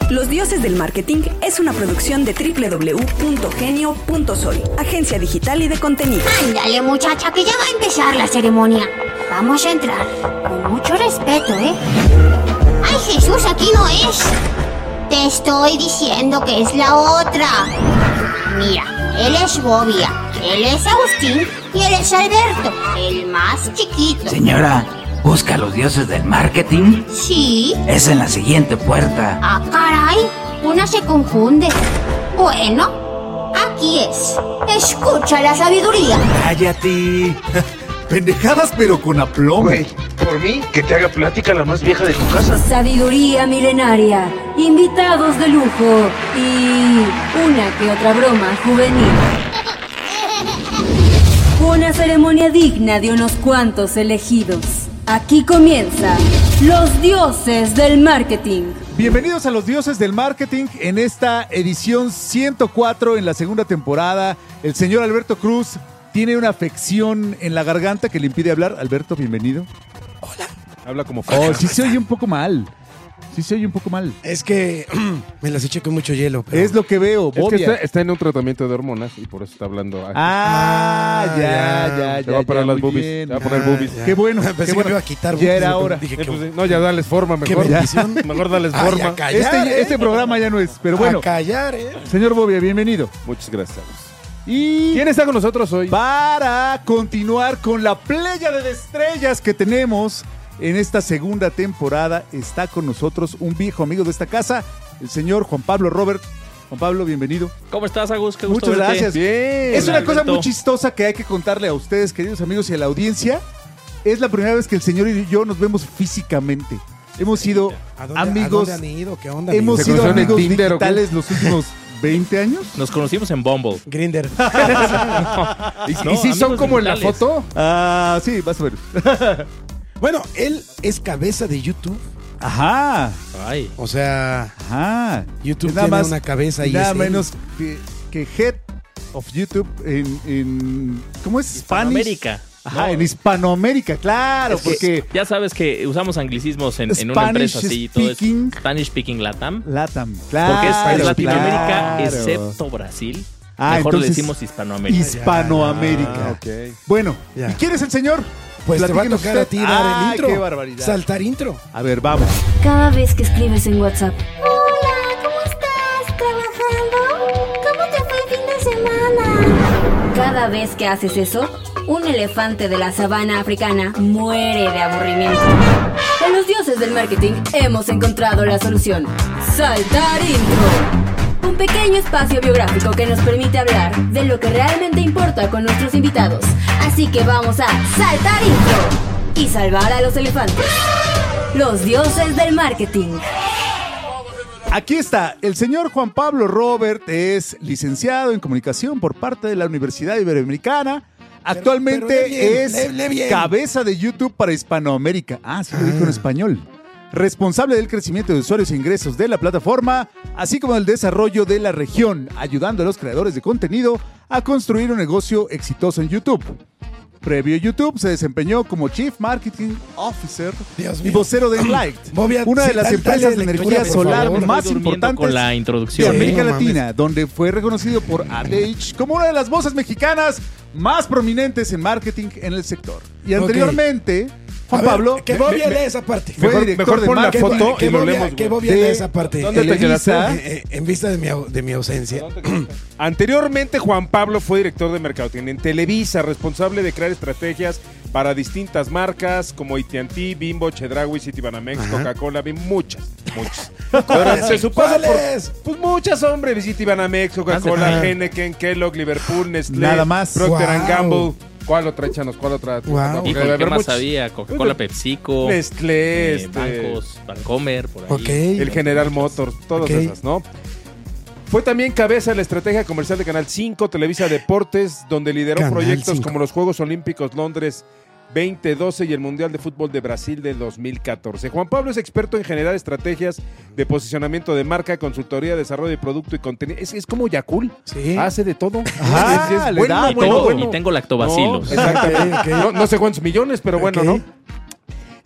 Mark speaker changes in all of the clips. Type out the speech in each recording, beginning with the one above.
Speaker 1: Los Dioses del Marketing es una producción de www.genio.soy, agencia digital y de contenido.
Speaker 2: Ándale, muchacha, que ya va a empezar la ceremonia. Vamos a entrar con mucho respeto, ¿eh? ¡Ay, Jesús, aquí no es! Te estoy diciendo que es la otra. Mira, él es Bobia, él es Agustín y él es Alberto, el más chiquito.
Speaker 3: Señora, ¿busca a los dioses del marketing?
Speaker 2: Sí.
Speaker 3: Es en la siguiente puerta.
Speaker 2: Ah, caray, una se confunde. Bueno, aquí es. Escucha la sabiduría.
Speaker 4: ¡Cállate! Pendejadas pero con aplomo.
Speaker 5: Güey, por mí, que te haga plática la más vieja de tu casa.
Speaker 6: Sabiduría milenaria, invitados de lujo y una que otra broma juvenil. Una ceremonia digna de unos cuantos elegidos. Aquí comienza Los Dioses del Marketing.
Speaker 4: Bienvenidos a Los Dioses del Marketing en esta edición 104 en la segunda temporada. El señor Alberto Cruz tiene una afección en la garganta que le impide hablar. Alberto, bienvenido.
Speaker 7: Hola.
Speaker 8: Habla como
Speaker 4: Oh, sí se oye un poco mal. Sí se oye un poco mal.
Speaker 7: Es que me las eché con mucho hielo. Pero...
Speaker 4: Es lo que veo,
Speaker 8: Es
Speaker 4: Bobia.
Speaker 8: que está en un tratamiento de hormonas y por eso está hablando.
Speaker 4: Ya.
Speaker 8: Se va a poner las
Speaker 4: muy
Speaker 8: boobies.
Speaker 4: bien.
Speaker 8: Se va a poner boobies.
Speaker 4: Qué bueno.
Speaker 7: Pensé
Speaker 4: qué
Speaker 7: que
Speaker 4: bueno.
Speaker 7: me iba a quitar.
Speaker 4: Ya
Speaker 7: boobies,
Speaker 4: era
Speaker 7: pero
Speaker 4: hora.
Speaker 7: Dije,
Speaker 8: Pues, no, ya dales forma
Speaker 7: qué
Speaker 8: mejor.
Speaker 7: bendición.
Speaker 8: Mejor dales
Speaker 7: Ay,
Speaker 8: forma.
Speaker 7: a callar,
Speaker 4: Este programa ya no es, pero bueno.
Speaker 7: A callar,
Speaker 4: Señor Bobia, bienvenido.
Speaker 8: Muchas gracias.
Speaker 4: Y
Speaker 8: ¿Quién está con nosotros hoy?
Speaker 4: para continuar con la pléyade de estrellas que tenemos en esta segunda temporada, está con nosotros un viejo amigo de esta casa, el señor Juan Pablo Robert. Juan Pablo, bienvenido.
Speaker 9: ¿Cómo estás, Agus? Qué gusto
Speaker 4: Muchas
Speaker 9: verte.
Speaker 4: gracias.
Speaker 8: Bien.
Speaker 4: Es una
Speaker 9: Hola,
Speaker 4: cosa
Speaker 9: Alberto.
Speaker 4: muy chistosa que hay que contarle a ustedes, queridos amigos, y a la audiencia. Es la primera vez que el señor y yo nos vemos físicamente. Hemos sido
Speaker 7: ¿A dónde,
Speaker 4: amigos,
Speaker 7: ¿a dónde han ido? ¿Qué onda?
Speaker 4: hemos
Speaker 8: ¿Se
Speaker 4: sido
Speaker 8: conocieron en
Speaker 4: amigos
Speaker 8: Tinder o qué?
Speaker 4: digitales los últimos 20 años.
Speaker 9: Nos conocimos en Bumble.
Speaker 7: Grinder.
Speaker 8: ¿Y
Speaker 9: No,
Speaker 8: sí son
Speaker 9: amigos
Speaker 8: como en la
Speaker 9: digitales.
Speaker 8: foto?
Speaker 4: Ah, sí, más o menos.
Speaker 7: Bueno, él es cabeza de YouTube.
Speaker 4: Ajá,
Speaker 9: Ay.
Speaker 7: O sea,
Speaker 4: ajá.
Speaker 7: YouTube
Speaker 4: Es nada
Speaker 7: tiene
Speaker 4: más
Speaker 7: una cabeza y
Speaker 4: nada
Speaker 7: es él.
Speaker 4: menos que Head of YouTube en ¿cómo es?
Speaker 9: Hispanoamérica.
Speaker 4: Ajá,
Speaker 9: No,
Speaker 4: en Hispanoamérica, claro,
Speaker 9: es que
Speaker 4: porque
Speaker 9: ya sabes que usamos anglicismos en una empresa así y todo es
Speaker 4: speaking.
Speaker 9: Spanish Speaking Latam.
Speaker 4: LATAM, claro.
Speaker 9: Porque es
Speaker 4: claro.
Speaker 9: Latinoamérica excepto Brasil.
Speaker 4: Ah,
Speaker 9: Mejor le
Speaker 4: entonces,
Speaker 9: decimos Hispanoamérica.
Speaker 4: Hispanoamérica.
Speaker 8: Ah, ok.
Speaker 4: Bueno,
Speaker 7: Ya.
Speaker 4: ¿y quién es el señor?
Speaker 7: Pues te va a
Speaker 4: Platíquenos
Speaker 7: tocar a
Speaker 4: usted.
Speaker 7: ti dar el
Speaker 4: Ay,
Speaker 7: intro.
Speaker 4: qué barbaridad.
Speaker 7: Saltar intro.
Speaker 4: A ver, vamos.
Speaker 6: Cada vez que escribes en WhatsApp,
Speaker 2: Hola, ¿cómo estás? ¿Trabajando? ¿Cómo te fue el fin de semana?
Speaker 6: cada vez que haces eso, un elefante de la sabana africana muere de aburrimiento. En Los Dioses del Marketing hemos encontrado la solución. Saltar Intro. Un pequeño espacio biográfico que nos permite hablar de lo que realmente importa con nuestros invitados. Así que vamos a saltar intro y salvar a los elefantes. Los Dioses del Marketing.
Speaker 4: Aquí está, el señor Juan Pablo Robert es licenciado en comunicación por parte de la Universidad Iberoamericana. Actualmente
Speaker 7: pero lee bien,
Speaker 4: es
Speaker 7: lee bien.
Speaker 4: cabeza de YouTube para Hispanoamérica. Ah, sí lo dijo en español. Responsable del crecimiento de usuarios e ingresos de la plataforma, así como del desarrollo de la región, ayudando a los creadores de contenido a construir un negocio exitoso en YouTube. Previo a YouTube, se desempeñó como Chief Marketing Officer
Speaker 7: Dios
Speaker 4: y
Speaker 7: mío.
Speaker 4: vocero de Enlight,
Speaker 7: Bobia,
Speaker 4: una de
Speaker 7: sí,
Speaker 4: las
Speaker 7: dale
Speaker 4: empresas de
Speaker 7: lectura,
Speaker 4: energía
Speaker 7: por
Speaker 4: solar
Speaker 7: favor.
Speaker 4: más
Speaker 9: Estoy durmiendo
Speaker 4: importantes
Speaker 9: con la
Speaker 4: de
Speaker 9: introducción.
Speaker 4: América
Speaker 7: no
Speaker 4: Latina, donde fue reconocido por AdAge como una de las voces mexicanas más prominentes en marketing en el sector. Y anteriormente, Juan
Speaker 7: A ver,
Speaker 4: Pablo
Speaker 7: que Bobia lee esa parte.
Speaker 4: fue
Speaker 8: Mejor-
Speaker 4: director
Speaker 8: mejor
Speaker 4: de
Speaker 8: pon la
Speaker 4: marketing.
Speaker 8: foto y lo leemos,
Speaker 7: Que
Speaker 8: güey.
Speaker 7: Bobia lee esa parte.
Speaker 8: ¿Dónde te quedaste?
Speaker 7: En vista de mi ausencia.
Speaker 8: Anteriormente, Juan Pablo fue director de mercadotecnia en Televisa, responsable de crear estrategias para distintas marcas como AT&T, Bimbo, Chedraui, Citibanamex,
Speaker 7: Ajá.
Speaker 8: Coca-Cola, muchas. Durante su paso
Speaker 7: ¿Cuáles?
Speaker 8: por pues muchas, hombre, Citibanamex, Coca-Cola,
Speaker 7: Ajá.
Speaker 8: Heineken, Kellogg, Liverpool, Nestlé,
Speaker 4: Nada más.
Speaker 8: Procter
Speaker 7: Wow.
Speaker 8: Gamble. ¿Cuál otra? Échanos, ¿cuál otra?
Speaker 7: Wow.
Speaker 8: Porque
Speaker 9: Híjole,
Speaker 8: debe
Speaker 9: ¿qué
Speaker 8: haber
Speaker 9: más
Speaker 8: muchas.
Speaker 9: había? Coca-Cola, PepsiCo,
Speaker 8: Nestlé,
Speaker 9: bancos, Bancomer, por ahí.
Speaker 7: Ok.
Speaker 8: el General Motors, todas
Speaker 7: Ok.
Speaker 8: esas, ¿no? Fue también cabeza de la estrategia comercial de Canal 5, Televisa Deportes, donde lideró
Speaker 7: Canal
Speaker 8: proyectos
Speaker 7: 5.
Speaker 8: como los Juegos Olímpicos Londres 2012 y el Mundial de Fútbol de Brasil del 2014. Juan Pablo es experto en generar estrategias de posicionamiento de marca, consultoría, desarrollo de producto y contenido. Es como Yakul,
Speaker 7: Sí.
Speaker 8: hace de todo.
Speaker 4: Ajá,
Speaker 8: Es
Speaker 4: le da
Speaker 9: Y tengo
Speaker 8: bueno.
Speaker 9: lactobacilos.
Speaker 8: No, exactamente.
Speaker 7: Ok, ok.
Speaker 8: No sé cuántos millones, pero bueno,
Speaker 7: Ok.
Speaker 8: ¿no?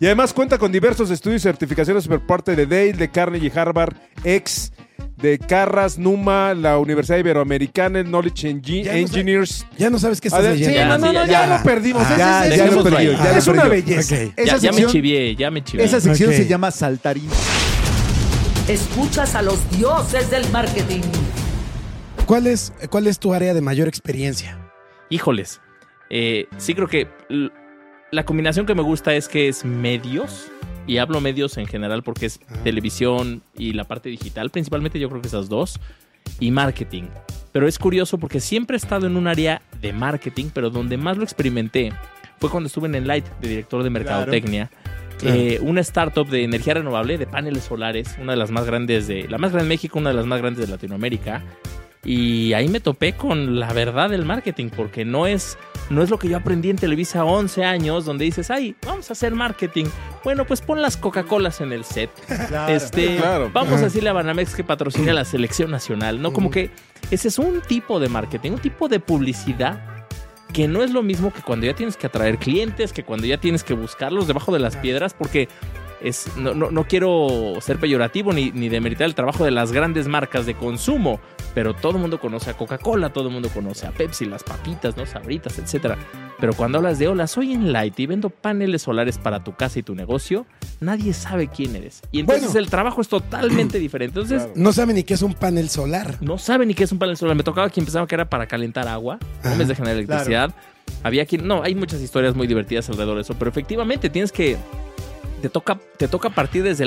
Speaker 8: Y además cuenta con diversos estudios y certificaciones por parte de Dale, de Carnegie, Harvard, de Carras, Numa, la Universidad Iberoamericana, el Knowledge Engineers.
Speaker 7: Ya no sabes qué estás leyendo.
Speaker 8: Sí, ya lo perdimos.
Speaker 4: Ya lo perdió.
Speaker 8: Es una belleza.
Speaker 7: Okay.
Speaker 9: Ya me chivié.
Speaker 4: Esa sección se llama Saltarín.
Speaker 10: Escuchas a los dioses del marketing.
Speaker 7: ¿Cuál es tu área de mayor experiencia?
Speaker 9: Híjoles. Sí creo que la combinación que me gusta es que es medios. Y hablo medios en general porque es televisión y la parte digital. Principalmente yo creo que esas dos. Y marketing. Pero es curioso porque siempre he estado en un área de marketing, pero donde más lo experimenté fue cuando estuve en Enlight de director de mercadotecnia. Claro. Una startup de energía renovable, de paneles solares, una de las más grandes la más grande de México, una de las más grandes de Latinoamérica. Y ahí me topé con la verdad del marketing, porque no es lo que yo aprendí en Televisa 11 años, donde dices, ay, vamos a hacer marketing. Bueno, pues pon las Coca-Colas en el set. Claro, vamos a decirle a Banamex que patrocine a la selección nacional, ¿no? Como que ese es un tipo de marketing, un tipo de publicidad que no es lo mismo que cuando ya tienes que atraer clientes, que cuando ya tienes que buscarlos debajo de las piedras, porque no quiero ser peyorativo ni demeritar el trabajo de las grandes marcas de consumo, pero todo el mundo conoce a Coca-Cola, todo el mundo conoce a Pepsi, las papitas, ¿no? Sabritas, etcétera. Pero cuando hablas de hola, soy Enlight y vendo paneles solares para tu casa y tu negocio, nadie sabe quién eres. Y entonces el trabajo es totalmente diferente. Entonces,
Speaker 7: no sabe ni qué es un panel solar.
Speaker 9: No sabe ni qué es un panel solar. Me tocaba quien pensaba que era para calentar agua, en vez de generar electricidad. Claro. Había quien... No, hay muchas historias muy divertidas alrededor de eso, pero efectivamente tienes que... Te toca partir desde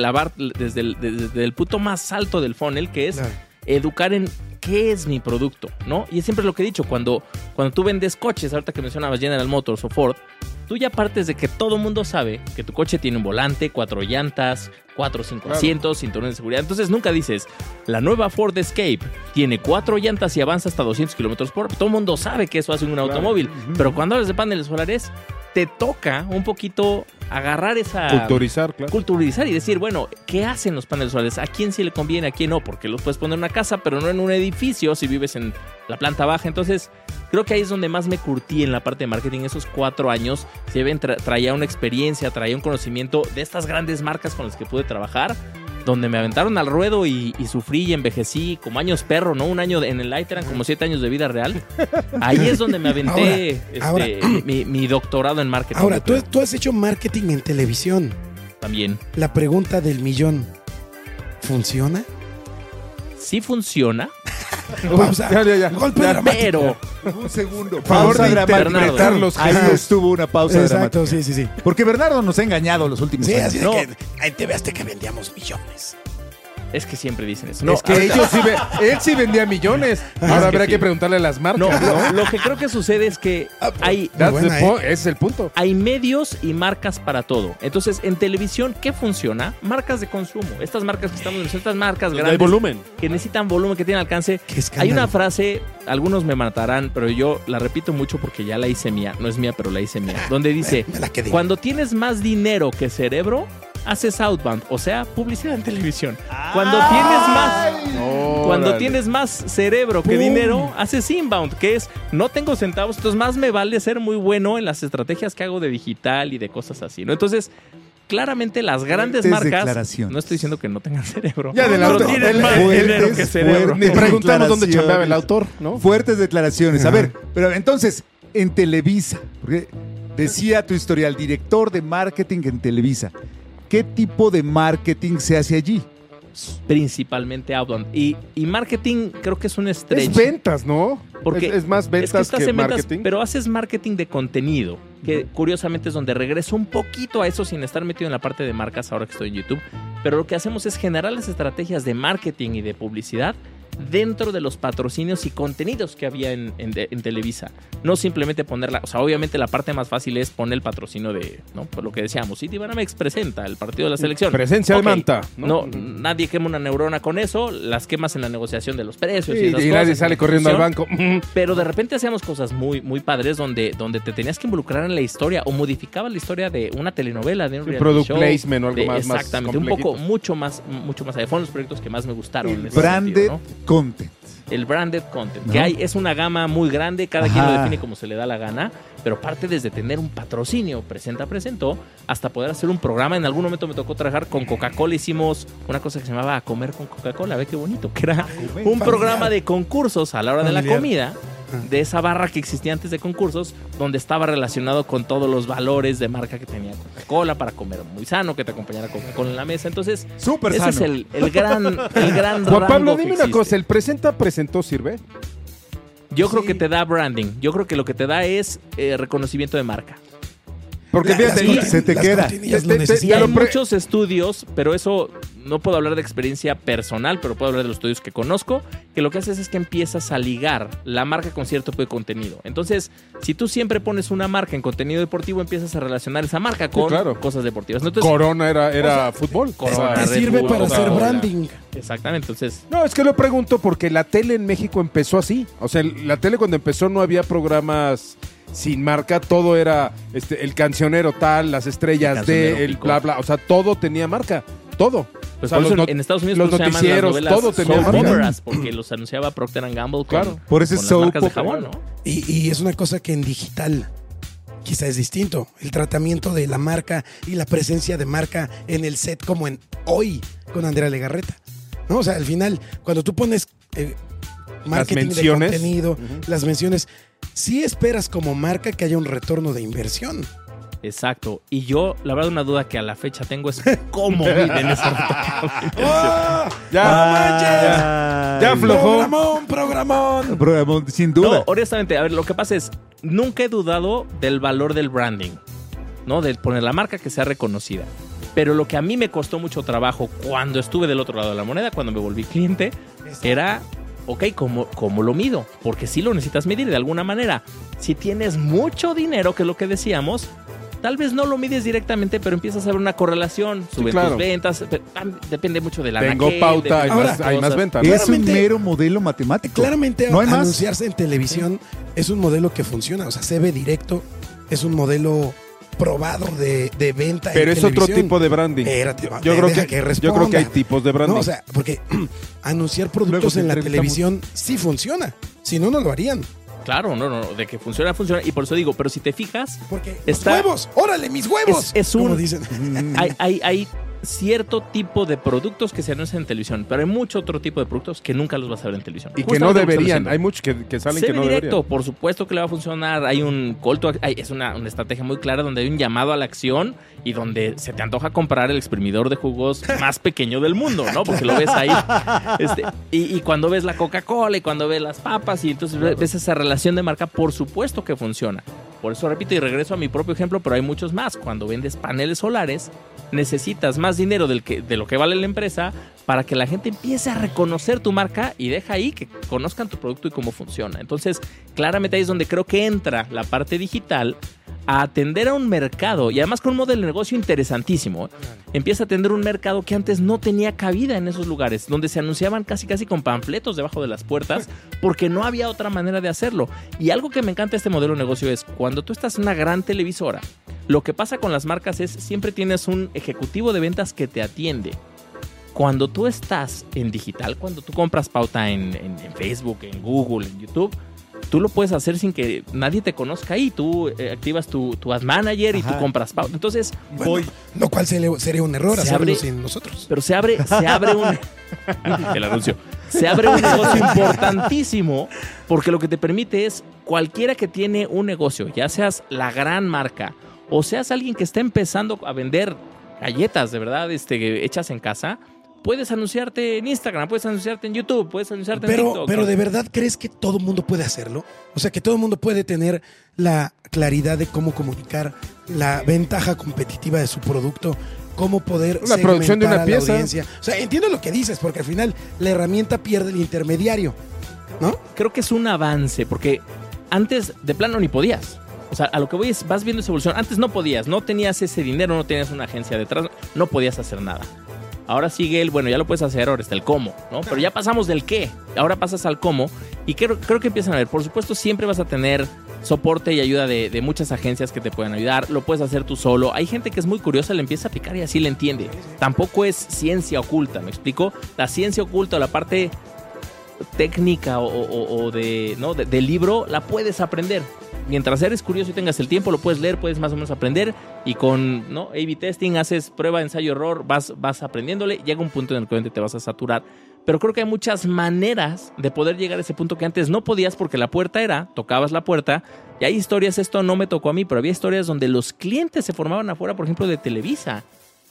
Speaker 9: el punto más alto del funnel, que es educar en qué es mi producto, ¿no? Y es siempre lo que he dicho, cuando tú vendes coches, ahorita que mencionabas General Motors o Ford, tú ya partes de que todo mundo sabe que tu coche tiene un volante, 4 llantas, 4 o 5 asientos, cinturón de seguridad. Entonces nunca dices, la nueva Ford Escape tiene 4 llantas y avanza hasta 200 kilómetros por hora. Todo el mundo sabe que eso hace un automóvil. Pero cuando hablas de paneles solares, te toca un poquito agarrar esa... Culturizar y decir, bueno, ¿qué hacen los paneles solares? ¿A quién sí le conviene, a quién no? Porque los puedes poner en una casa, pero no en un edificio si vives en la planta baja. Entonces, creo que ahí es donde más me curtí en la parte de marketing. Esos 4 años, traía una experiencia, traía un conocimiento de estas grandes marcas con las que pude trabajar, donde me aventaron al ruedo y sufrí y envejecí como años perro, ¿no? Un año en el Light eran como 7 años de vida real. Ahí es donde me aventé mi doctorado en marketing.
Speaker 7: Ahora, tú has hecho marketing en televisión.
Speaker 9: También.
Speaker 7: La pregunta del millón, ¿funciona?
Speaker 9: Sí funciona.
Speaker 7: Pausa.
Speaker 8: Ya.
Speaker 7: Golpe dramático.
Speaker 9: Pero...
Speaker 4: Un segundo.
Speaker 8: Pausa dramática.
Speaker 4: Ahí estuvo una pausa dramática.
Speaker 7: Exacto, sí.
Speaker 4: Porque Bernardo nos ha engañado los últimos años.
Speaker 7: Sí, así de que en TV Azteca vendíamos millones.
Speaker 9: Es que siempre dicen eso.
Speaker 8: No, es que él sí vendía millones. Ahora habrá que preguntarle a las marcas.
Speaker 9: No, lo que creo que sucede es que hay...
Speaker 8: Ese es el punto.
Speaker 9: Hay medios y marcas para todo. Entonces, en televisión, ¿qué funciona? Marcas de consumo. Estas marcas que estamos viendo, estas marcas grandes...
Speaker 8: Hay volumen.
Speaker 9: Que necesitan volumen, que tienen alcance. Hay una frase, algunos me matarán, pero yo la repito mucho porque ya la hice mía. No es mía, pero la hice mía. Donde dice, cuando tienes más dinero que cerebro, haces outbound, o sea, publicidad en televisión. Cuando tienes más cerebro que dinero, haces inbound, que es no tengo centavos, entonces más me vale ser muy bueno en las estrategias que hago de digital y de cosas así, ¿no? Entonces, claramente las grandes marcas, no estoy diciendo que no tengan cerebro, pero tienen más dinero que cerebro.
Speaker 8: Ni preguntamos dónde chambeaba el autor, ¿no?
Speaker 4: Fuertes declaraciones. A ver, pero entonces, en Televisa, porque decía tu historial, director de marketing en Televisa, ¿qué tipo de marketing se hace allí?
Speaker 9: Principalmente outbound. Y marketing creo que es un stretch.
Speaker 8: Es ventas, ¿no?
Speaker 9: Porque
Speaker 8: es más ventas que marketing.
Speaker 9: Pero haces marketing de contenido, que curiosamente es donde regreso un poquito a eso sin estar metido en la parte de marcas ahora que estoy en YouTube. Pero lo que hacemos es generar las estrategias de marketing y de publicidad dentro de los patrocinios y contenidos que había en Televisa. No simplemente ponerla, o sea, obviamente la parte más fácil es poner el patrocinio de, ¿no? Por lo que decíamos, Citibanamex presenta el partido de la selección.
Speaker 8: Presencia de Manta.
Speaker 9: No, nadie quema una neurona con eso, las quemas en la negociación de los precios
Speaker 8: y nadie sale corriendo al banco.
Speaker 9: Pero de repente hacíamos cosas muy, muy padres donde te tenías que involucrar en la historia o modificabas la historia de una telenovela, de un reality
Speaker 8: product
Speaker 9: show,
Speaker 8: placement o algo más.
Speaker 9: Exactamente, un poco, mucho más allá. Fueron los proyectos que más me gustaron.
Speaker 4: Branded, sentido, ¿no? content.
Speaker 9: El branded content,
Speaker 4: ¿no?
Speaker 9: que es una gama muy grande, cada quien
Speaker 4: Ajá.
Speaker 9: lo define como se le da la gana, pero parte desde tener un patrocinio, presentó, hasta poder hacer un programa. En algún momento me tocó trabajar con Coca-Cola, hicimos una cosa que se llamaba A Comer con Coca-Cola, ve qué bonito, que era un programa de concursos a la hora de la comida, de esa barra que existía antes de concursos, donde estaba relacionado con todos los valores de marca que tenía Coca-Cola, para comer muy sano, que te acompañara Coca-Cola en la mesa. Entonces,
Speaker 4: Súper
Speaker 9: ese
Speaker 4: sano.
Speaker 9: es el gran
Speaker 8: Juan Pablo,
Speaker 9: rango que
Speaker 8: dime una
Speaker 9: existe.
Speaker 8: cosa, ¿el presentó sirve?
Speaker 9: Yo creo que te da branding. Yo creo que lo que te da es reconocimiento de marca.
Speaker 8: Porque fíjate,
Speaker 4: se te queda.
Speaker 7: cortinillas lo
Speaker 8: Te- te-
Speaker 9: Y
Speaker 7: necesitan.
Speaker 9: hay muchos estudios, pero eso no puedo hablar de experiencia personal, pero puedo hablar de los estudios que conozco, que lo que haces es que empiezas a ligar la marca con cierto tipo de contenido. Entonces, si tú siempre pones una marca en contenido deportivo, empiezas a relacionar esa marca con
Speaker 8: claro.
Speaker 9: cosas deportivas. Entonces,
Speaker 8: Corona era fútbol.
Speaker 9: Corona,
Speaker 7: Te
Speaker 9: Red
Speaker 7: sirve
Speaker 9: Bull,
Speaker 7: para hacer
Speaker 9: Coca-Cola.
Speaker 7: branding.
Speaker 9: Exactamente, entonces...
Speaker 8: No, es que lo pregunto porque la tele en México empezó así. O sea, la tele cuando empezó no había programas sin marca, todo era el cancionero tal, las estrellas
Speaker 9: El
Speaker 8: de,
Speaker 9: cancionero
Speaker 8: el
Speaker 9: pico.
Speaker 8: bla bla, o sea, todo tenía marca, todo.
Speaker 9: Pues
Speaker 8: O sea,
Speaker 9: por eso
Speaker 8: los
Speaker 9: en Estados Unidos
Speaker 8: los
Speaker 9: por eso se llaman las
Speaker 8: noticieros,
Speaker 9: novelas
Speaker 8: todo tenía
Speaker 9: soap
Speaker 8: marca.
Speaker 9: operas, porque los anunciaba Procter & Gamble con,
Speaker 8: Claro.
Speaker 4: Por eso
Speaker 9: con
Speaker 4: es
Speaker 9: las marcas de
Speaker 4: soap
Speaker 9: jabón,
Speaker 4: opera.
Speaker 9: ¿no?
Speaker 7: Y es una cosa que en digital quizá es distinto. El tratamiento de la marca y la presencia de marca en el set, como en Hoy con Andrea Legarreta, ¿no? O sea, al final, cuando tú pones marketing de
Speaker 8: menciones.
Speaker 7: contenido, las menciones, sí esperas como marca que haya un retorno de inversión.
Speaker 9: Exacto. Y yo, la verdad, una duda que a la fecha tengo es cómo viven esa
Speaker 7: ¡Oh!
Speaker 8: Ya aflojó.
Speaker 7: Programón.
Speaker 4: Sin duda.
Speaker 9: No, honestamente, a ver, lo que pasa es, nunca he dudado del valor del branding, ¿no? De poner la marca que sea reconocida. Pero lo que a mí me costó mucho trabajo cuando estuve del otro lado de la moneda, cuando me volví cliente, era, ok, ¿cómo lo mido? Porque sí lo necesitas medir de alguna manera. Si tienes mucho dinero, que es lo que decíamos, tal vez no lo mides directamente, pero empiezas a ver una correlación. Suben
Speaker 8: claro.
Speaker 9: tus ventas, depende mucho de la
Speaker 8: Tengo
Speaker 9: anaquel,
Speaker 8: pauta, hay
Speaker 9: depende de
Speaker 8: más,
Speaker 9: muchas
Speaker 8: hay más
Speaker 9: cosas.
Speaker 8: ventas. ¿no?
Speaker 4: Es un
Speaker 7: Claramente-
Speaker 4: mero modelo matemático.
Speaker 7: Claramente
Speaker 4: no hay más.
Speaker 7: anunciarse en televisión es un modelo que funciona. O sea, se ve directo, es un modelo probado de venta.
Speaker 8: Pero
Speaker 7: en
Speaker 8: es otro
Speaker 7: televisión.
Speaker 8: tipo de branding.
Speaker 7: Espérate,
Speaker 8: Yo creo
Speaker 7: deja
Speaker 8: que
Speaker 7: responda.
Speaker 8: hay tipos de branding.
Speaker 7: No, o sea, porque anunciar productos
Speaker 4: Luego te
Speaker 7: en la
Speaker 4: entrevistamos.
Speaker 7: televisión sí funciona. Si no, no lo harían.
Speaker 9: Claro, no, de que funciona. Y por eso digo, pero si te fijas,
Speaker 7: Porque
Speaker 9: Está-
Speaker 7: ¡los huevos! ¡Órale, mis huevos!
Speaker 9: Es un-
Speaker 7: Como dicen.
Speaker 9: hay cierto tipo de productos que se anuncian en televisión, pero hay mucho otro tipo de productos que nunca los vas a ver en televisión.
Speaker 8: y que
Speaker 9: Justamente
Speaker 8: no
Speaker 9: lo que estoy
Speaker 8: deberían.
Speaker 9: diciendo.
Speaker 8: Hay muchos que salen
Speaker 9: Se
Speaker 8: que
Speaker 9: ve
Speaker 8: no
Speaker 9: directo,
Speaker 8: deberían.
Speaker 9: por supuesto que le va a funcionar. Hay un call to es una estrategia muy clara donde hay un llamado a la acción y donde se te antoja comprar el exprimidor de jugos más pequeño del mundo, ¿no? Porque lo ves ahí. Y cuando ves la Coca-Cola y cuando ves las papas y entonces ves esa relación de marca, por supuesto que funciona. Por eso repito y regreso a mi propio ejemplo, pero hay muchos más. Cuando vendes paneles solares, necesitas más dinero de lo que vale la empresa para que la gente empiece a reconocer tu marca y deja ahí que conozcan tu producto y cómo funciona. Entonces, claramente ahí es donde creo que entra la parte digital a atender a un mercado y además con un modelo de negocio interesantísimo. Empieza a atender un mercado que antes no tenía cabida en esos lugares, donde se anunciaban casi con panfletos debajo de las puertas porque no había otra manera de hacerlo. Y algo que me encanta de este modelo de negocio es cuando tú estás en una gran televisora, lo que pasa con las marcas es siempre tienes un ejecutivo de ventas que te atiende. Cuando tú estás en digital, cuando tú compras pauta en Facebook, en Google, en YouTube, tú lo puedes hacer sin que nadie te conozca ahí. Tú activas tu ad manager y tú compras pauta. Entonces,
Speaker 7: Bueno, lo cual sería un error
Speaker 9: Se
Speaker 7: hacerlo
Speaker 9: abre-
Speaker 7: sin nosotros.
Speaker 9: pero se abre un... El anuncio. Se abre un negocio importantísimo porque lo que te permite es cualquiera que tiene un negocio, ya seas la gran marca o seas alguien que está empezando a vender galletas de verdad hechas en casa, puedes anunciarte en Instagram, puedes anunciarte en YouTube, puedes anunciarte en TikTok.
Speaker 7: Pero ¿de verdad crees que todo el mundo puede hacerlo? O sea, que todo el mundo puede tener la claridad de cómo comunicar la ventaja competitiva de su producto, cómo poder
Speaker 8: La producción de
Speaker 7: segmentar
Speaker 8: una
Speaker 7: a la
Speaker 8: pieza.
Speaker 7: audiencia. O sea, entiendo lo que dices, porque al final la herramienta pierde el intermediario, ¿no?
Speaker 9: Creo que es un avance porque antes de plano ni podías. O sea, a lo que voy es, vas viendo esa evolución. Antes no podías, no tenías ese dinero, no tenías una agencia detrás, no podías hacer nada. Ahora sigue el, bueno, ya lo puedes hacer, ahora está el cómo, ¿no? Pero ya pasamos del qué, ahora pasas al cómo y creo que empiezan a ver. Por supuesto, siempre vas a tener soporte y ayuda de muchas agencias que te pueden ayudar. Lo puedes hacer tú solo. Hay gente que es muy curiosa, le empieza a picar y así le entiende. Tampoco es ciencia oculta, ¿me explico? La ciencia oculta o la parte técnica o de libro, la puedes aprender. Mientras eres curioso y tengas el tiempo, lo puedes leer, puedes más o menos aprender. Y con A/B testing, haces prueba, ensayo, error, vas aprendiéndole. Llega un punto en el que obviamente te vas a saturar. Pero creo que hay muchas maneras de poder llegar a ese punto que antes no podías porque la puerta tocabas la puerta. Y hay historias, esto no me tocó a mí, pero había historias donde los clientes se formaban afuera, por ejemplo, de Televisa.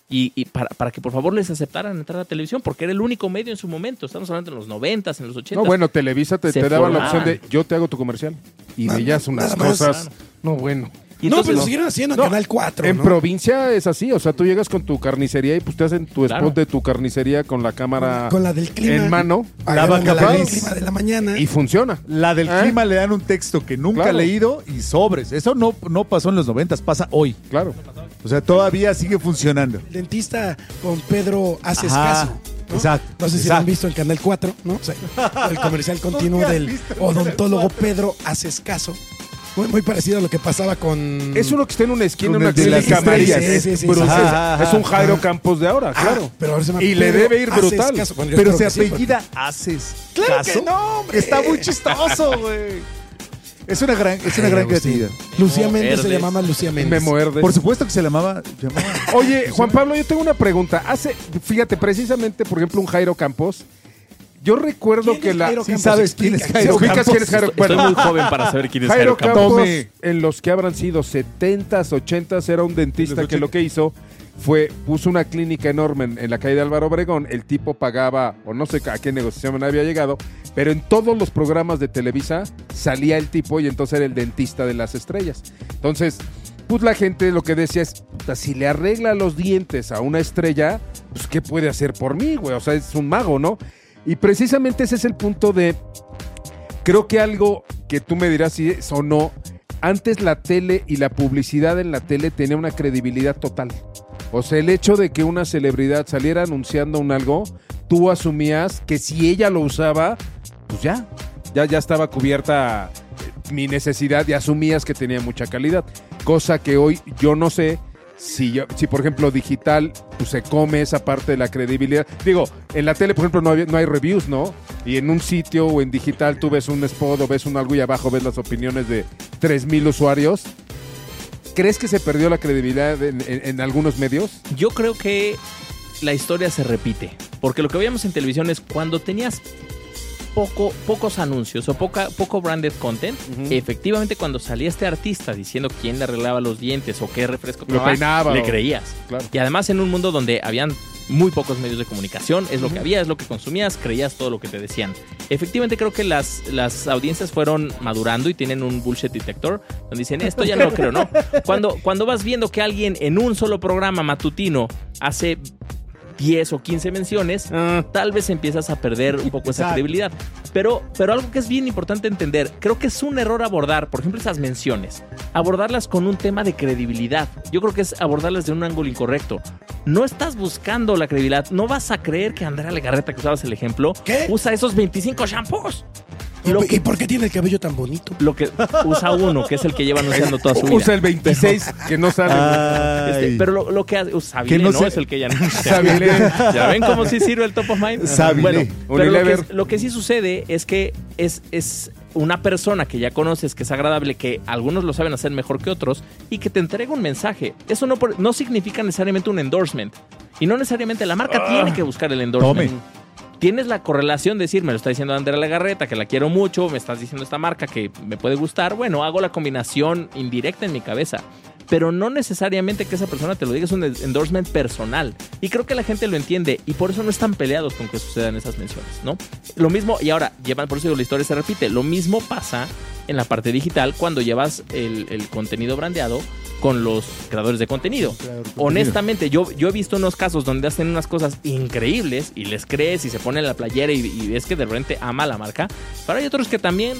Speaker 9: Y para que por favor les aceptaran entrar a la televisión, porque era el único medio en su momento. Estamos hablando en los 90s, en los 80s.
Speaker 8: No, bueno, Televisa te daba la opción de yo te hago tu comercial. Y veías unas cosas. No, bueno.
Speaker 7: Y entonces, pero lo siguieron haciendo en Canal 4.
Speaker 8: En provincia es así, o sea, tú llegas con tu carnicería y pues te hacen tu spot de tu carnicería con la cámara
Speaker 7: con la del clima
Speaker 8: en mano.
Speaker 7: La del clima de la mañana.
Speaker 8: Y funciona.
Speaker 4: La del clima le dan un texto que nunca he leído y sobres. Eso no pasó en los 90s, pasa hoy.
Speaker 8: Claro.
Speaker 4: O sea, todavía sigue funcionando.
Speaker 7: El dentista con Pedro Haces Caso. ¿no?
Speaker 4: Exacto.
Speaker 7: No sé si lo han visto en Canal 4, ¿no? O sea, el comercial continuo del odontólogo Pedro Haces Caso. Muy parecido a lo que pasaba con...
Speaker 8: Es uno que está en una esquina,
Speaker 4: con
Speaker 8: una clínica amarilla.
Speaker 7: Sí.
Speaker 8: Es un Jairo Campos de ahora, claro.
Speaker 7: Pero ahora se llama
Speaker 8: y le debe ir brutal.
Speaker 7: Bueno,
Speaker 4: pero se apellida Haces
Speaker 7: ¡Claro
Speaker 4: Caso.
Speaker 7: que no, hombre!
Speaker 4: Está muy chistoso, güey. Es una gran creatividad.
Speaker 7: Lucía Méndez se llamaba Lucía Méndez.
Speaker 8: Memo Herdes.
Speaker 4: Por supuesto que se llamaba.
Speaker 8: Oye, Juan Pablo, yo tengo una pregunta. Fíjate, precisamente, por ejemplo, un Jairo Campos. Yo recuerdo que
Speaker 4: Sí sabes quién es Jairo
Speaker 8: ¿Ubicas quién es Jairo?
Speaker 9: Estoy muy joven para saber quién es
Speaker 8: Jairo Campos.
Speaker 4: Tome.
Speaker 8: En los que habrán sido 70s, 80s, era un dentista que lo que hizo puso una clínica enorme en la calle de Álvaro Obregón. El tipo pagaba, o no sé a qué negociación había llegado, pero en todos los programas de Televisa salía el tipo y entonces era el dentista de las estrellas. Entonces, pues la gente lo que decía es, puta, si le arregla los dientes a una estrella, pues ¿qué puede hacer por mí, güey? O sea, es un mago, ¿no? Y precisamente ese es el punto de, creo que algo que tú me dirás si es o no, antes la tele y la publicidad en la tele tenía una credibilidad total. O sea, el hecho de que una celebridad saliera anunciando un algo, tú asumías que si ella lo usaba, pues ya estaba cubierta mi necesidad y asumías que tenía mucha calidad. Cosa que hoy yo no sé si por ejemplo digital pues se come esa parte de la credibilidad. Digo, en la tele por ejemplo no hay reviews, ¿no? Y en un sitio o en digital tú ves un spot o ves un algo y abajo ves las opiniones de 3,000 usuarios. ¿Crees que se perdió la credibilidad en algunos medios?
Speaker 9: Yo creo que la historia se repite, porque lo que veíamos en televisión es cuando tenías pocos anuncios o poco branded content, efectivamente cuando salía este artista diciendo quién le arreglaba los dientes o qué refresco tomaba, le creías. Claro. Y además en un mundo donde habían muy pocos medios de comunicación, es lo que había, es lo que consumías, creías todo lo que te decían. Efectivamente creo que las audiencias fueron madurando y tienen un bullshit detector donde dicen, esto ya no lo creo, ¿no? Cuando vas viendo que alguien en un solo programa matutino hace 10 o 15 menciones, tal vez empiezas a perder un poco esa credibilidad. Pero algo que es bien importante entender, creo que es un error abordar, por ejemplo, esas menciones, abordarlas con un tema de credibilidad. Yo creo que es abordarlas de un ángulo incorrecto. No estás buscando la credibilidad. No vas a creer que Andrea Legarreta, que usabas el ejemplo, usa esos 25 shampoos.
Speaker 7: ¿Y por qué tiene el cabello tan bonito?
Speaker 9: Lo que usa uno, que es el que lleva anunciando toda su vida.
Speaker 8: Usa el 26, que no sale.
Speaker 9: Pero lo que hace... Savile, ¿no? Es el que ya no...
Speaker 8: Savile.
Speaker 9: ¿Ya ven cómo sí sirve el top of mind?
Speaker 4: Savile.
Speaker 9: Bueno, pero lo que sí sucede es que es una persona que ya conoces, que es agradable, que algunos lo saben hacer mejor que otros, y que te entrega un mensaje. Eso no significa necesariamente un endorsement. Y no necesariamente la marca tiene que buscar el endorsement. Tienes la correlación de decir, me lo está diciendo Andrea Legarreta, que la quiero mucho, me estás diciendo esta marca que me puede gustar. Bueno, hago la combinación indirecta en mi cabeza. Pero no necesariamente que esa persona te lo diga, es un endorsement personal. Y creo que la gente lo entiende y por eso no están peleados con que sucedan esas menciones, ¿no? Lo mismo, y ahora, por eso digo, la historia se repite. Lo mismo pasa en la parte digital cuando llevas el contenido brandeado con los creadores de contenido. Honestamente, yo he visto unos casos donde hacen unas cosas increíbles y les crees y se ponen la playera y ves que de repente ama la marca. Pero hay otros que también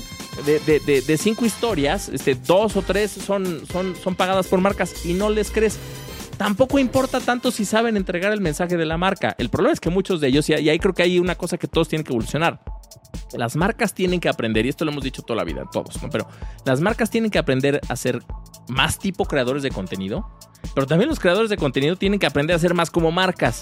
Speaker 9: de 5 historias, 2 o 3 son pagadas por marcas y no les crees. Tampoco importa tanto si saben entregar el mensaje de la marca. El problema es que muchos de ellos, y ahí creo que hay una cosa que todos tienen que evolucionar. Las marcas tienen que aprender, y esto lo hemos dicho toda la vida, todos, ¿no? Pero las marcas tienen que aprender a ser más tipo creadores de contenido, pero también los creadores de contenido tienen que aprender a ser más como marcas.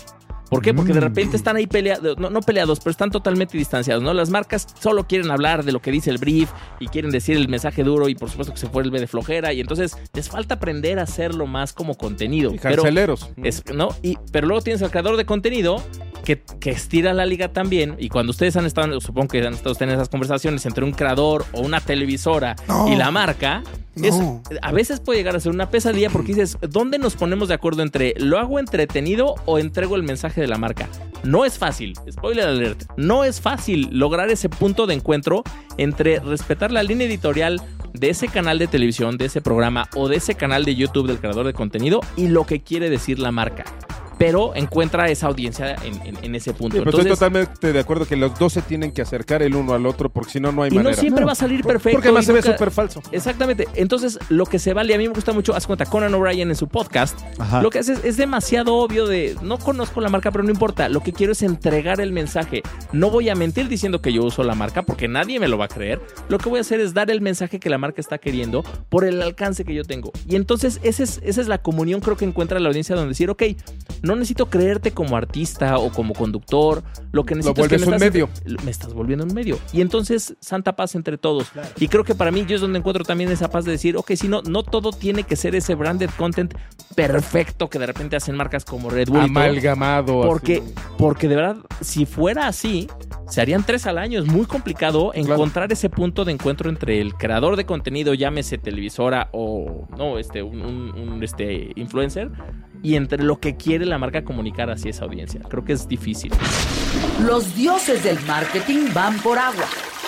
Speaker 9: ¿Por qué? Porque de repente están ahí peleados, no peleados, pero están totalmente distanciados, ¿no? Las marcas solo quieren hablar de lo que dice el brief y quieren decir el mensaje duro y por supuesto que se vuelve de flojera y entonces les falta aprender a hacerlo más como contenido.
Speaker 8: Y carceleros.
Speaker 9: Pero luego tienes al creador de contenido que estira la liga también y cuando ustedes han estado, supongo que han estado teniendo esas conversaciones entre un creador o una televisora y la marca, a veces puede llegar a ser una pesadilla porque dices, ¿dónde nos ponemos de acuerdo entre lo hago entretenido o entrego el mensaje de la marca? No es fácil, spoiler alert, no es fácil lograr ese punto de encuentro entre respetar la línea editorial de ese canal de televisión, de ese programa o de ese canal de YouTube del creador de contenido y lo que quiere decir la marca. Pero encuentra esa audiencia en ese punto.
Speaker 8: Sí, pero estoy totalmente de acuerdo que los dos se tienen que acercar el uno al otro porque si no, no hay manera.
Speaker 9: Y no siempre va a salir perfecto.
Speaker 8: Porque además se ve súper falso.
Speaker 9: Exactamente. Entonces, lo que se vale, a mí me gusta mucho, haz cuenta, Conan O'Brien en su podcast, lo que hace es demasiado obvio de, no conozco la marca, pero no importa, lo que quiero es entregar el mensaje. No voy a mentir diciendo que yo uso la marca porque nadie me lo va a creer. Lo que voy a hacer es dar el mensaje que la marca está queriendo por el alcance que yo tengo. Y entonces, esa es la comunión creo que encuentra la audiencia donde decir, ok, no necesito creerte como artista o como conductor, lo que necesito es que me estás volviendo un medio. Y entonces, santa paz entre todos. Claro. Y creo que para mí yo es donde encuentro también esa paz de decir, ok, si no todo tiene que ser ese branded content perfecto que de repente hacen marcas como Red Bull.
Speaker 8: Amalgamado.
Speaker 9: Porque de verdad, si fuera así, se harían 3 al año. Es muy complicado encontrar ese punto de encuentro entre el creador de contenido, llámese televisora o no, un influencer, y entre lo que quiere la marca comunicar hacia esa audiencia. Creo que es difícil.
Speaker 10: Los dioses del marketing van por agua.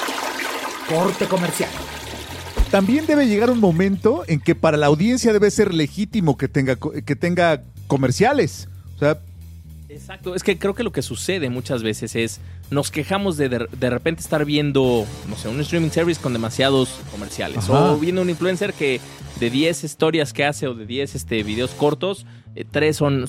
Speaker 10: Corte comercial.
Speaker 4: También debe llegar un momento en que para la audiencia debe ser legítimo que tenga comerciales. O sea,
Speaker 9: exacto, es que creo que lo que sucede muchas veces es nos quejamos de repente estar viendo, no sé, un streaming service con demasiados comerciales. O viendo un influencer que de 10 historias que hace o de 10 videos cortos, 3 son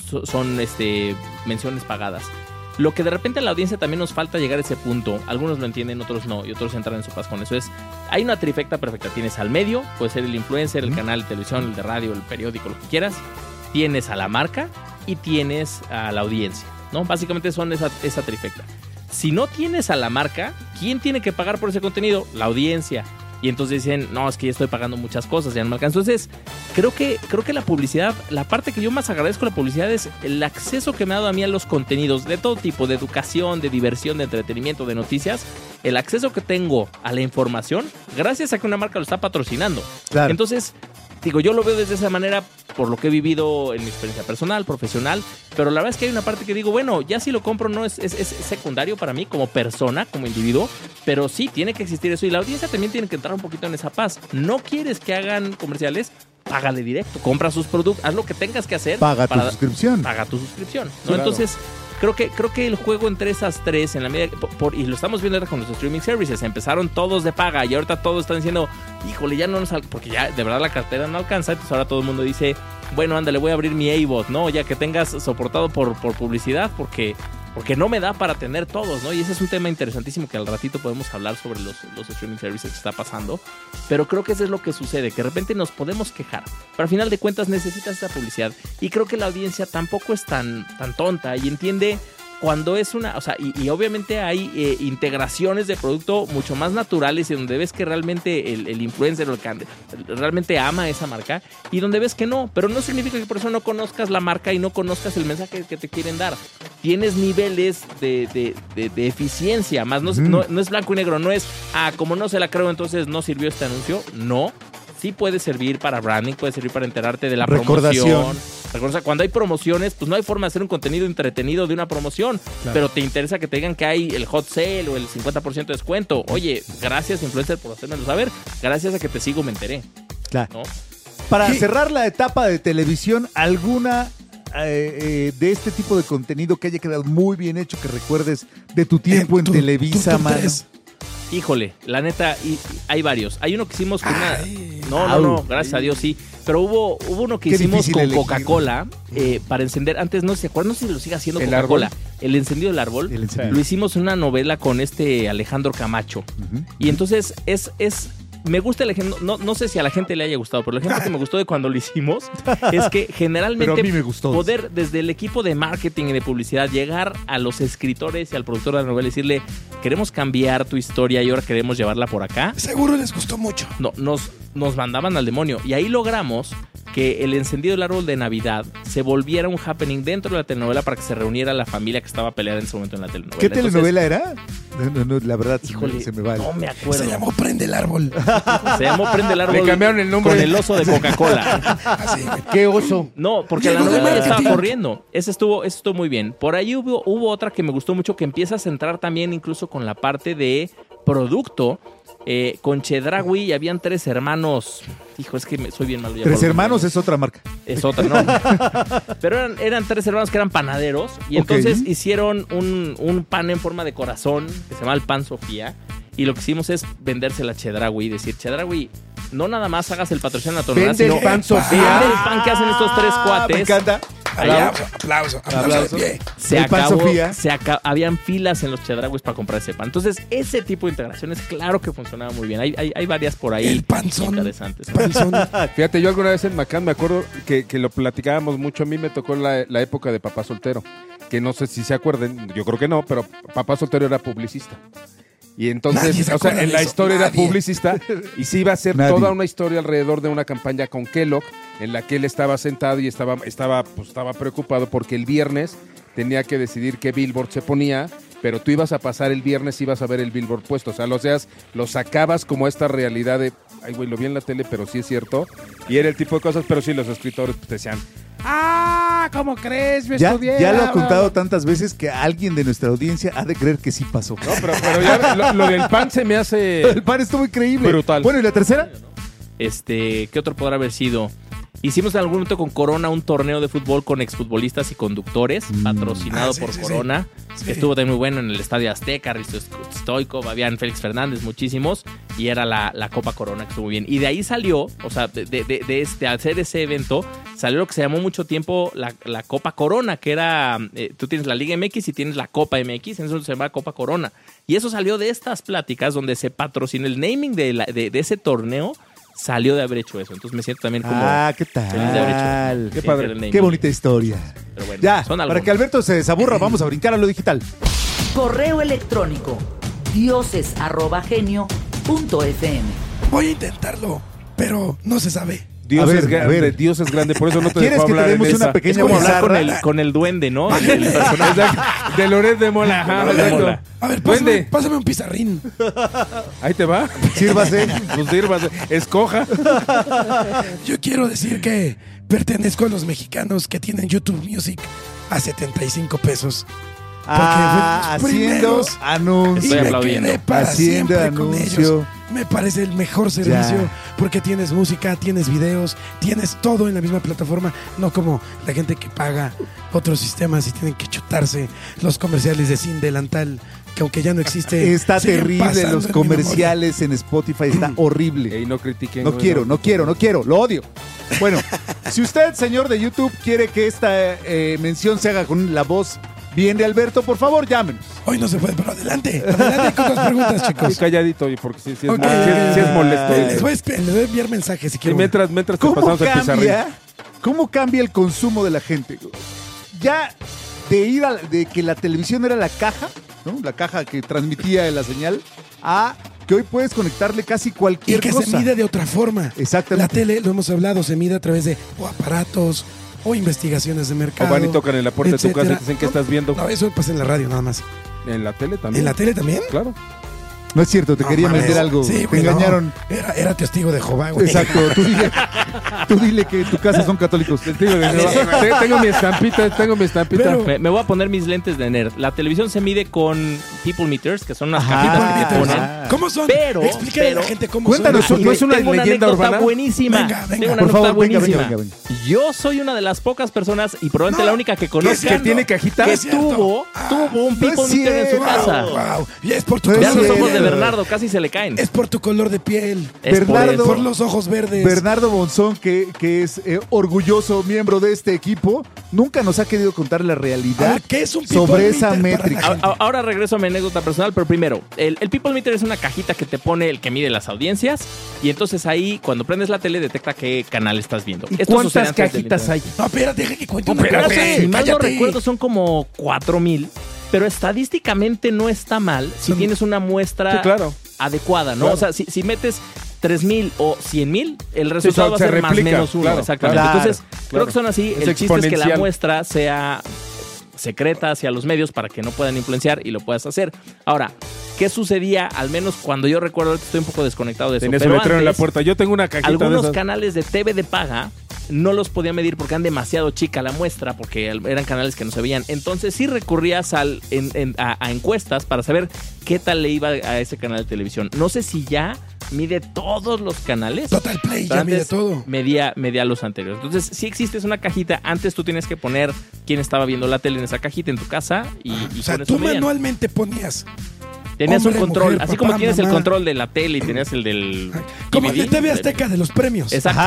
Speaker 9: menciones pagadas. Lo que de repente a la audiencia también nos falta llegar a ese punto. Algunos lo entienden, otros no, y otros entran en su paz con eso. Hay una trifecta perfecta. Tienes al medio, puede ser el influencer, el canal de televisión, el de radio, el periódico, lo que quieras. Tienes a la marca y tienes a la audiencia, ¿no? Básicamente son esa trifecta. Si no tienes a la marca, ¿quién tiene que pagar por ese contenido? La audiencia. Y entonces dicen, no, es que ya estoy pagando muchas cosas, ya no me alcanza. Entonces, creo que la publicidad, la parte que yo más agradezco a la publicidad es el acceso que me ha dado a mí a los contenidos de todo tipo, de educación, de diversión, de entretenimiento, de noticias. El acceso que tengo a la información gracias a que una marca lo está patrocinando. Claro. Entonces, digo, yo lo veo desde esa manera por lo que he vivido en mi experiencia personal, profesional, pero la verdad es que hay una parte que digo, bueno, ya si lo compro no es secundario para mí como persona, como individuo, pero sí tiene que existir eso y la audiencia también tiene que entrar un poquito en esa paz. ¿No quieres que hagan comerciales? Págale directo, compra sus productos, haz lo que tengas que hacer.
Speaker 4: Paga tu suscripción.
Speaker 9: Paga tu suscripción, ¿no?
Speaker 4: Sí, claro.
Speaker 9: Entonces, creo que el juego entre esas tres, en la medida y lo estamos viendo ahora con los streaming services, empezaron todos de paga y ahorita todos están diciendo, híjole, ya no nos alcanza, porque ya de verdad la cartera no alcanza, entonces ahora todo el mundo dice, bueno, ándale, voy a abrir mi AVOD, ¿no? Ya que tengas soportado por publicidad, porque no me da para tener todos, ¿no? Y ese es un tema interesantísimo que al ratito podemos hablar sobre los streaming services que está pasando. Pero creo que eso es lo que sucede, que de repente nos podemos quejar. Pero al final de cuentas necesitas esa publicidad. Y creo que la audiencia tampoco es tan tonta y entiende cuando es una... O sea, y obviamente hay integraciones de producto mucho más naturales y donde ves que realmente el influencer o el realmente ama esa marca y donde ves que no. Pero no significa que por eso no conozcas la marca y no conozcas el mensaje que te quieren dar. Tienes niveles de eficiencia, más no es blanco y negro, no es, como no se la creo, entonces no sirvió este anuncio. No. Sí puede servir para branding, puede servir para enterarte de la promoción. Cuando hay promociones, pues no hay forma de hacer un contenido entretenido de una promoción, claro. Pero te interesa que te digan que hay el hot sale o el 50% de descuento. Oye, gracias influencer por hacérmelo saber, gracias a que te sigo me enteré. Claro. ¿No?
Speaker 4: Para cerrar la etapa de televisión, ¿alguna de este tipo de contenido que haya quedado muy bien hecho que recuerdes de tu tiempo en Televisa, mano?
Speaker 9: Híjole, la neta, hay varios. Hay uno que hicimos con una... No, gracias a Dios sí. Pero hubo uno que hicimos con Coca-Cola para encender. Antes no se acuerdan, no sé si lo sigue haciendo Coca-Cola. El encendido del árbol. Lo hicimos en una novela con Alejandro Camacho. Y entonces es me gusta el ejemplo, no sé si a la gente le haya gustado, pero el ejemplo que me gustó de cuando lo hicimos es que generalmente
Speaker 4: Pero a mí me gustó.
Speaker 9: poder desde el equipo de marketing y de publicidad llegar a los escritores y al productor de la novela y decirle, queremos cambiar tu historia y ahora queremos llevarla por acá.
Speaker 7: Seguro les gustó mucho.
Speaker 9: No, nos mandaban al demonio y ahí logramos que el encendido del árbol de Navidad se volviera un happening dentro de la telenovela para que se reuniera la familia que estaba peleada en ese momento en la telenovela.
Speaker 4: ¿Qué telenovela era? No, la verdad,
Speaker 9: Híjole,
Speaker 4: se me va.
Speaker 9: no me acuerdo.
Speaker 7: Se llamó Prende el Árbol.
Speaker 9: Se llamó Prende el Árbol.
Speaker 8: Le cambiaron el nombre.
Speaker 9: Con el oso de Coca-Cola.
Speaker 7: Así.
Speaker 5: ¿Qué oso?
Speaker 9: No, porque
Speaker 7: Llegó
Speaker 9: la
Speaker 7: de
Speaker 9: novela ya estaba
Speaker 7: marketing.
Speaker 9: corriendo. Ese estuvo muy bien. Por ahí hubo otra que me gustó mucho que empieza a centrar también incluso con la parte de producto. Con Chedraui y habían 3 hermanos. Hijo, es que soy bien malo.
Speaker 4: 3 hermanos es otra marca.
Speaker 9: Es otra, ¿no? Pero eran 3 hermanos que eran panaderos. Y entonces hicieron un pan en forma de corazón que se llama el Pan Sofía. Y lo que hicimos es vendérsela a Chedraui. Decir, Chedraui, no nada más hagas el patrocinio en la tonelada,
Speaker 5: Vende el
Speaker 9: sino
Speaker 5: Pan Sofía.
Speaker 9: vende el pan que hacen estos 3 cuates.
Speaker 4: Me encanta.
Speaker 7: Aplauso. de pie.
Speaker 4: El Pan Sofía.
Speaker 9: Habían filas en los Chedrauis para comprar ese pan. Entonces, ese tipo de integraciones, claro que funcionaba muy bien. Hay varias por ahí
Speaker 7: El panzón.
Speaker 9: interesantes.
Speaker 8: Fíjate, yo alguna vez en Macán me acuerdo que lo platicábamos mucho. A mí me tocó la época de Papá Soltero, que no sé si se acuerden, yo creo que no, pero Papá Soltero era publicista. Y entonces,
Speaker 7: Nadie se
Speaker 8: o sea,
Speaker 7: acuerda
Speaker 8: en
Speaker 7: de
Speaker 8: la
Speaker 7: eso,
Speaker 8: historia era
Speaker 7: nadie.
Speaker 8: publicista y sí iba a ser
Speaker 4: Nadie.
Speaker 8: toda una historia alrededor de una campaña con Kellogg en la que él estaba sentado y estaba preocupado porque el viernes tenía que decidir qué billboard se ponía, pero tú ibas a pasar el viernes y ibas a ver el billboard puesto. O sea, lo sacabas como esta realidad de, ay, güey, lo vi en la tele, pero sí es cierto. Y era el tipo de cosas, pero sí, los escritores pues, decían, ¿cómo crees? Me
Speaker 4: Ya
Speaker 8: estudié.
Speaker 4: lo ha contado tantas veces que alguien de nuestra audiencia ha de creer que sí pasó.
Speaker 8: No, pero ya lo del pan se me hace
Speaker 4: El pan estuvo increíble.
Speaker 8: brutal.
Speaker 4: Bueno, ¿y la tercera?
Speaker 9: ¿Qué otro podrá haber sido? Hicimos en algún momento con Corona un torneo de fútbol con exfutbolistas y conductores, patrocinado
Speaker 7: sí,
Speaker 9: por
Speaker 7: sí,
Speaker 9: Corona.
Speaker 7: sí.
Speaker 9: Que estuvo también muy bueno en el Estadio Azteca, Risto Stoikov, habían Félix Fernández, muchísimos. Y era la Copa Corona, que estuvo muy bien. Y de ahí salió, o sea, de hacer ese evento, salió lo que se llamó mucho tiempo la Copa Corona, que era, tú tienes la Liga MX y tienes la Copa MX, en eso se llama Copa Corona. Y eso salió de estas pláticas donde se patrocinó el naming de ese torneo. Salió de haber hecho eso. Entonces me siento también como...
Speaker 4: ¿qué tal?
Speaker 9: feliz de haber hecho.
Speaker 4: Qué
Speaker 9: Sí,
Speaker 4: padre.
Speaker 9: era el naming.
Speaker 4: Qué bonita historia.
Speaker 9: Pero bueno,
Speaker 4: Ya,
Speaker 9: son
Speaker 4: para
Speaker 9: algunos.
Speaker 4: que Alberto se desaburra, vamos a brincar a lo digital.
Speaker 10: Correo electrónico dioses@genio.fm.
Speaker 7: Voy a intentarlo, pero no se sabe.
Speaker 8: Dios
Speaker 4: A ver,
Speaker 8: es grande,
Speaker 4: a ver.
Speaker 8: Dios es grande, por eso no te
Speaker 4: ¿Quieres
Speaker 8: dejó
Speaker 4: que te
Speaker 8: hablar en
Speaker 4: demos una
Speaker 8: esa.
Speaker 4: pequeña
Speaker 9: Es como hablar
Speaker 4: pizarra?
Speaker 9: con el duende, ¿no? El personaje
Speaker 8: De Loret de Mola. Ajá,
Speaker 9: Loret de
Speaker 8: exacto.
Speaker 9: Mola.
Speaker 7: A ver,
Speaker 8: Duende.
Speaker 7: pásame un pizarrín.
Speaker 8: Ahí te va.
Speaker 4: Sírvase.
Speaker 8: Pues sírvase. Escoja.
Speaker 7: Yo quiero decir que pertenezco a los mexicanos que tienen YouTube Music a 75 pesos. fuimos
Speaker 4: Haciendo
Speaker 7: primeros.
Speaker 4: anuncio.
Speaker 9: Estoy
Speaker 7: y me
Speaker 9: aplaudiendo.
Speaker 7: quedé para
Speaker 4: Haciendo
Speaker 7: siempre con
Speaker 4: anuncio.
Speaker 7: ellos. Me parece el mejor servicio
Speaker 4: Ya.
Speaker 7: porque tienes música, tienes videos, tienes todo en la misma plataforma, no como la gente que paga otros sistemas y tienen que chutarse los comerciales de Sin Delantal, que aunque ya no existe,
Speaker 4: Está
Speaker 7: siguen
Speaker 4: terrible
Speaker 7: pasando
Speaker 4: los
Speaker 7: en mi
Speaker 4: comerciales en Spotify, está horrible.
Speaker 8: Y no critiquen.
Speaker 4: No quiero, lo odio. Bueno, si usted, señor de YouTube, quiere que esta mención se haga con la voz bien de Alberto, por favor, llámenos.
Speaker 7: memoria. Hoy no se puede, pero adelante con las preguntas,
Speaker 8: Sí,
Speaker 7: chicos.
Speaker 8: calladito, y porque sí es,
Speaker 7: Ok,
Speaker 8: sí es molesto.
Speaker 7: les voy a enviar mensajes si
Speaker 8: Y
Speaker 7: quieren.
Speaker 8: mientras te
Speaker 4: ¿Cómo
Speaker 8: pasamos el pizarrín.
Speaker 4: ¿Cómo cambia el consumo de la gente? Ya de que la televisión era la caja, ¿no? La caja que transmitía la señal, a que hoy puedes conectarle casi
Speaker 7: Y
Speaker 4: cualquier
Speaker 7: que
Speaker 4: cosa.
Speaker 7: se mide de otra forma.
Speaker 4: Exactamente.
Speaker 7: La tele, lo hemos hablado, se mide a través de o aparatos o investigaciones de
Speaker 8: O
Speaker 7: mercado.
Speaker 8: van y tocan en la puerta de tu casa y
Speaker 7: etcétera.
Speaker 8: te dicen que estás viendo.
Speaker 7: No, eso pasa en la radio nada más.
Speaker 8: En la tele también.
Speaker 7: ¿En la tele también?
Speaker 8: Claro.
Speaker 4: No es cierto, te
Speaker 7: No
Speaker 4: querían
Speaker 7: mames.
Speaker 4: vender algo.
Speaker 7: Sí,
Speaker 4: te
Speaker 7: güey, no.
Speaker 4: engañaron.
Speaker 7: Era testigo de Jehová, güey.
Speaker 4: Exacto. Tú dile que en tu casa son católicos.
Speaker 8: Tengo mi estampita,
Speaker 7: Pero-
Speaker 9: Me voy a poner mis lentes de nerd. La televisión se mide con people meters, que son unas
Speaker 4: Ajá.
Speaker 9: cajitas que ponen.
Speaker 7: ¿Cómo son?
Speaker 9: Pero-
Speaker 7: Explícale a la
Speaker 9: pero-
Speaker 7: gente cómo
Speaker 4: Cuéntanos,
Speaker 7: son.
Speaker 8: ¿no es una
Speaker 9: Tengo
Speaker 8: leyenda
Speaker 9: anécdota
Speaker 8: urbana?
Speaker 9: buenísima.
Speaker 7: Venga, venga.
Speaker 9: Tengo una
Speaker 4: Por
Speaker 9: anécdota
Speaker 4: favor, venga,
Speaker 9: buenísima.
Speaker 4: venga, venga.
Speaker 9: Yo soy una de las pocas personas, y probablemente
Speaker 7: No,
Speaker 9: la única que
Speaker 7: ¿qué
Speaker 9: conozca,
Speaker 7: es cierto?
Speaker 8: ¿Que tiene cajita?
Speaker 9: que
Speaker 7: Es cierto.
Speaker 9: tuvo un people
Speaker 4: es
Speaker 9: meter en su
Speaker 4: cierto.
Speaker 9: casa.
Speaker 7: Wow. Y es por tu
Speaker 4: No es
Speaker 9: Vean
Speaker 7: color
Speaker 9: los
Speaker 7: de
Speaker 9: ojos de
Speaker 7: piel.
Speaker 9: Bernardo, casi se le caen.
Speaker 7: Es por tu color de piel.
Speaker 9: Es por
Speaker 4: Bernardo-
Speaker 9: eso.
Speaker 7: Por los ojos verdes.
Speaker 4: Bernardo Monzón, que es orgulloso miembro de este equipo, nunca nos ha querido contar la
Speaker 7: A
Speaker 4: realidad
Speaker 7: ver, ¿qué es un people
Speaker 4: sobre esa
Speaker 7: meter para
Speaker 4: métrica.
Speaker 7: la gente?
Speaker 9: Ahora regreso a mi anécdota personal, pero primero, el People Meter es una cajita que te pone el que mide las audiencias y entonces ahí, cuando prendes la tele, detecta qué canal estás viendo.
Speaker 8: ¿Y cuántas cajitas hay?
Speaker 7: No, espérate, deja que cuente
Speaker 9: No,
Speaker 7: una cosa.
Speaker 9: si mal no
Speaker 7: Cállate.
Speaker 9: recuerdo, son como 4,000, pero estadísticamente no está mal si tienes una muestra
Speaker 8: Sí, claro.
Speaker 9: adecuada, ¿no?
Speaker 8: Claro.
Speaker 9: O sea, si metes 3,000 o 100,000, el resultado va a
Speaker 8: se
Speaker 9: ser más o
Speaker 8: replica,
Speaker 9: menos 1.
Speaker 8: claro,
Speaker 9: Exactamente.
Speaker 4: claro,
Speaker 9: Entonces,
Speaker 8: claro.
Speaker 9: creo que son así.
Speaker 8: Es
Speaker 9: El chiste es que la
Speaker 8: exponencial.
Speaker 9: muestra sea secreta hacia los medios para que no puedan influenciar y lo puedas hacer. Ahora, ¿qué sucedía? Al menos cuando yo recuerdo, ahorita estoy un poco desconectado de eso.
Speaker 8: Tenías un
Speaker 9: Pero
Speaker 8: letrero en la
Speaker 9: antes,
Speaker 8: puerta. Yo tengo una cajita de
Speaker 9: algunos
Speaker 8: esas.
Speaker 9: canales de TV de paga no los podía medir porque eran demasiado chica la muestra, porque eran canales que no se veían. Entonces sí recurrías a encuestas para saber qué tal le iba a ese canal de televisión. No sé si ya mide todos los canales.
Speaker 7: Total Play
Speaker 9: Pero
Speaker 7: ya mide
Speaker 9: antes
Speaker 7: todo.
Speaker 9: Medía los anteriores. Entonces, sí existe una cajita. Antes tú tienes que poner quién estaba viendo la tele en esa cajita en tu casa y
Speaker 7: O sea,
Speaker 9: con eso
Speaker 7: tú
Speaker 9: medían.
Speaker 7: manualmente ponías.
Speaker 9: Tenías
Speaker 7: hombre,
Speaker 9: un control,
Speaker 7: mujer,
Speaker 9: así
Speaker 7: papá,
Speaker 9: como tienes el
Speaker 7: mamá.
Speaker 9: control de la tele y tenías el del
Speaker 7: Como el de
Speaker 9: DVD,
Speaker 7: TV Azteca de los premios.
Speaker 9: Exacto,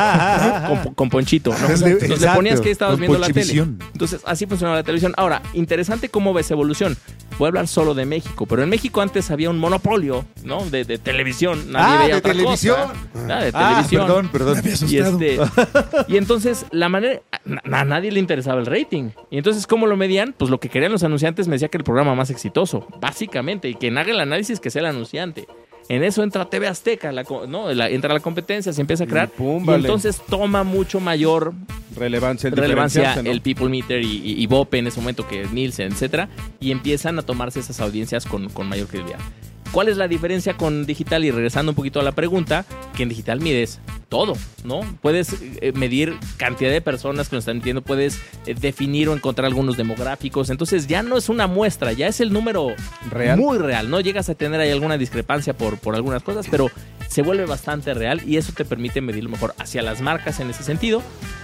Speaker 9: con Ponchito, ¿no?
Speaker 4: Ajá.
Speaker 9: Entonces le
Speaker 4: Exacto,
Speaker 9: ponías que estabas
Speaker 4: con
Speaker 9: viendo la tele.
Speaker 4: Ponchivisión.
Speaker 9: Entonces así funcionaba la televisión. Ahora, interesante cómo ves evolución. Voy a hablar solo de México, pero en México antes había un monopolio, ¿no? De televisión. Nadie veía
Speaker 4: de
Speaker 9: otra
Speaker 4: televisión.
Speaker 9: cosa. De televisión.
Speaker 4: Perdón.
Speaker 7: Me había
Speaker 9: Y,
Speaker 7: asustado.
Speaker 9: y entonces la manera a nadie le interesaba el rating. Y entonces ¿cómo lo medían? Pues lo que querían los anunciantes me decía que el programa más exitoso, básicamente, y quien haga el análisis que sea el anunciante. En eso entra TV Azteca, entra la competencia, se empieza a crear
Speaker 8: pum,
Speaker 9: y
Speaker 8: vale.
Speaker 9: entonces toma mucho mayor
Speaker 8: Relevancia
Speaker 9: relevancia
Speaker 8: ¿no?
Speaker 9: el People Meter y Bope en ese momento, que es Nielsen, etcétera, y empiezan a tomarse esas audiencias con mayor credibilidad. ¿Cuál es la diferencia con digital? Y regresando un poquito a la pregunta, que en digital mides todo, ¿no? Puedes medir cantidad de personas que nos están viendo, puedes definir o encontrar algunos demográficos, entonces ya no es una muestra, ya es el número
Speaker 8: Real.
Speaker 9: muy real, ¿no? Llegas a tener ahí alguna discrepancia por algunas cosas, pero se vuelve bastante real y eso te permite medirlo mejor hacia las marcas en ese sentido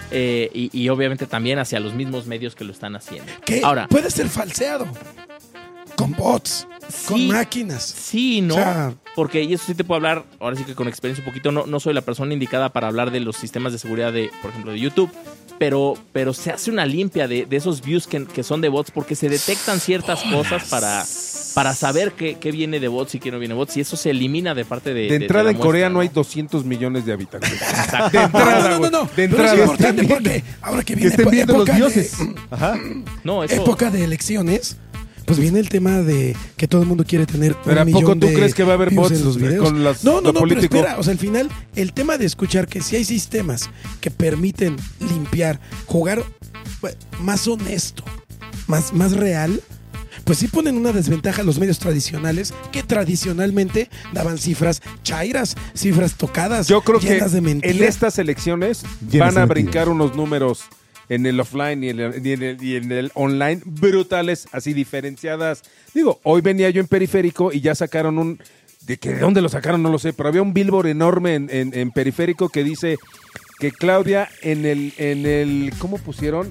Speaker 9: y obviamente también hacia los mismos medios que lo están haciendo.
Speaker 7: Que
Speaker 9: Ahora,
Speaker 7: puede ser falseado. Con bots, con
Speaker 9: Sí.
Speaker 7: máquinas.
Speaker 9: sí, ¿no?
Speaker 7: O sea,
Speaker 9: Porque, y eso sí te puedo hablar, ahora sí que con experiencia un poquito, no soy la persona indicada para hablar de los sistemas de seguridad de, por ejemplo, de YouTube, pero se hace una limpia de esos views que son de bots porque se detectan ciertas cosas para saber qué viene de bots y qué no viene de bots y eso se elimina de parte de
Speaker 8: entrada
Speaker 9: la
Speaker 8: en Corea
Speaker 9: muestra,
Speaker 8: no hay 200 millones de habitantes.
Speaker 9: Exacto.
Speaker 8: De entrada, güey.
Speaker 7: no.
Speaker 8: De
Speaker 7: Pero
Speaker 8: entrada.
Speaker 7: es importante porque ahora que
Speaker 4: Que
Speaker 7: viene
Speaker 4: estén viendo los
Speaker 7: época
Speaker 4: dioses.
Speaker 7: de,
Speaker 4: Ajá.
Speaker 9: No, eso...
Speaker 7: época de elecciones, pues viene el tema de que todo el mundo quiere tener
Speaker 8: Pero ¿a
Speaker 7: un
Speaker 8: poco
Speaker 7: millón
Speaker 8: tú
Speaker 7: de
Speaker 8: crees que va a haber
Speaker 7: views
Speaker 8: bots
Speaker 7: en los videos?
Speaker 8: con
Speaker 7: No,
Speaker 8: lo
Speaker 7: pero
Speaker 8: político?
Speaker 7: espera, o sea, al final el tema de escuchar que si hay sistemas que permiten limpiar, jugar pues, más honesto, más real, pues sí ponen una desventaja a los medios tradicionales que tradicionalmente daban cifras chairas, cifras tocadas,
Speaker 8: Yo creo que
Speaker 7: llenas de mentiras.
Speaker 8: en estas elecciones
Speaker 4: Llenas
Speaker 8: van a
Speaker 4: de
Speaker 8: brincar unos números en el offline y en el online brutales, así diferenciadas. Digo, hoy venía yo en Periférico y ya sacaron ¿de dónde lo sacaron? No lo sé, pero había un billboard enorme en Periférico que dice que Claudia en el ¿cómo pusieron?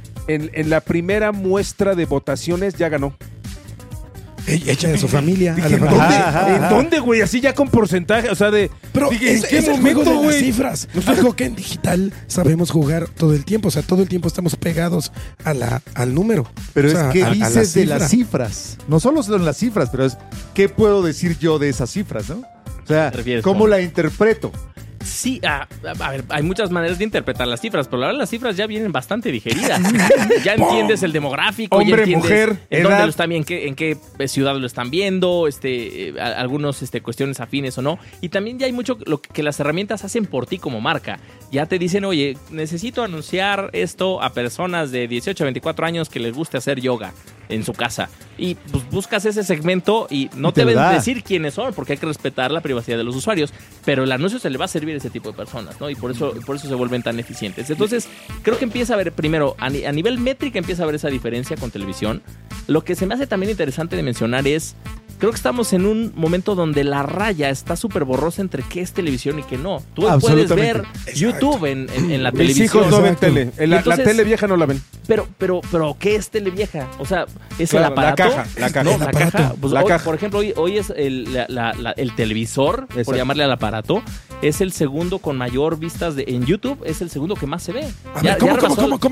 Speaker 8: En la primera muestra de votaciones ya ganó.
Speaker 7: Hecha de su familia. a la
Speaker 8: ¿En
Speaker 7: familia.
Speaker 8: dónde? ¿En dónde, güey? Así ya con porcentaje, o sea,
Speaker 7: Pero
Speaker 8: dije,
Speaker 7: es el juego de las cifras. Algo que en digital sabemos jugar todo el tiempo. O sea, todo el tiempo estamos pegados al número.
Speaker 4: Pero
Speaker 7: O sea,
Speaker 4: es que
Speaker 7: a la
Speaker 4: dices de
Speaker 7: cifra.
Speaker 4: las cifras. No solo son las cifras, pero es qué puedo decir yo de esas cifras, ¿no? O sea,
Speaker 9: ¿Te refieres
Speaker 4: ¿cómo
Speaker 9: cómo?
Speaker 4: la interpreto?
Speaker 9: Sí, a ver, hay muchas maneras de interpretar las cifras, pero la verdad las cifras ya vienen bastante digeridas. Ya entiendes el demográfico,
Speaker 8: Hombre,
Speaker 9: ya entiendes
Speaker 8: mujer,
Speaker 9: en
Speaker 8: edad.
Speaker 9: dónde lo están viendo, en qué ciudad lo están viendo, algunos cuestiones afines o no. Y también ya hay mucho lo que las herramientas hacen por ti como marca. Ya te dicen, oye, necesito anunciar esto a personas de 18 a 24 años que les guste hacer yoga en su casa. Y pues buscas ese segmento y no
Speaker 4: Y te
Speaker 9: te
Speaker 4: lo
Speaker 9: deben
Speaker 4: da.
Speaker 9: decir quiénes son, porque hay que respetar la privacidad de los usuarios, pero el anuncio se le va a servir a ese tipo de personas, ¿no? Y por eso se vuelven tan eficientes. Entonces, creo que empieza a haber, primero, a nivel métrica empieza a haber esa diferencia con televisión. Lo que se me hace también interesante de mencionar es, creo que estamos en un momento donde la raya está súper borrosa entre qué es televisión y qué no. Tú puedes
Speaker 4: Absolutamente.
Speaker 9: ver YouTube en la
Speaker 8: Mis
Speaker 9: televisión.
Speaker 8: hijos no ven
Speaker 7: Exacto.
Speaker 8: tele. La
Speaker 9: Entonces-
Speaker 8: tele vieja no la ven.
Speaker 9: Pero, ¿qué es televieja? O sea, ¿es
Speaker 8: Claro,
Speaker 9: el aparato?
Speaker 8: la caja.
Speaker 9: No,
Speaker 7: El
Speaker 9: la
Speaker 7: aparato.
Speaker 9: caja. Pues
Speaker 8: La
Speaker 9: hoy,
Speaker 8: caja.
Speaker 9: por ejemplo, hoy es el televisor, por
Speaker 8: Exacto.
Speaker 9: llamarle al aparato, es el segundo con mayor vistas en YouTube, es el segundo que más se ve.
Speaker 7: A ver, ¿cómo?
Speaker 9: rebasó-
Speaker 7: ¿Cómo?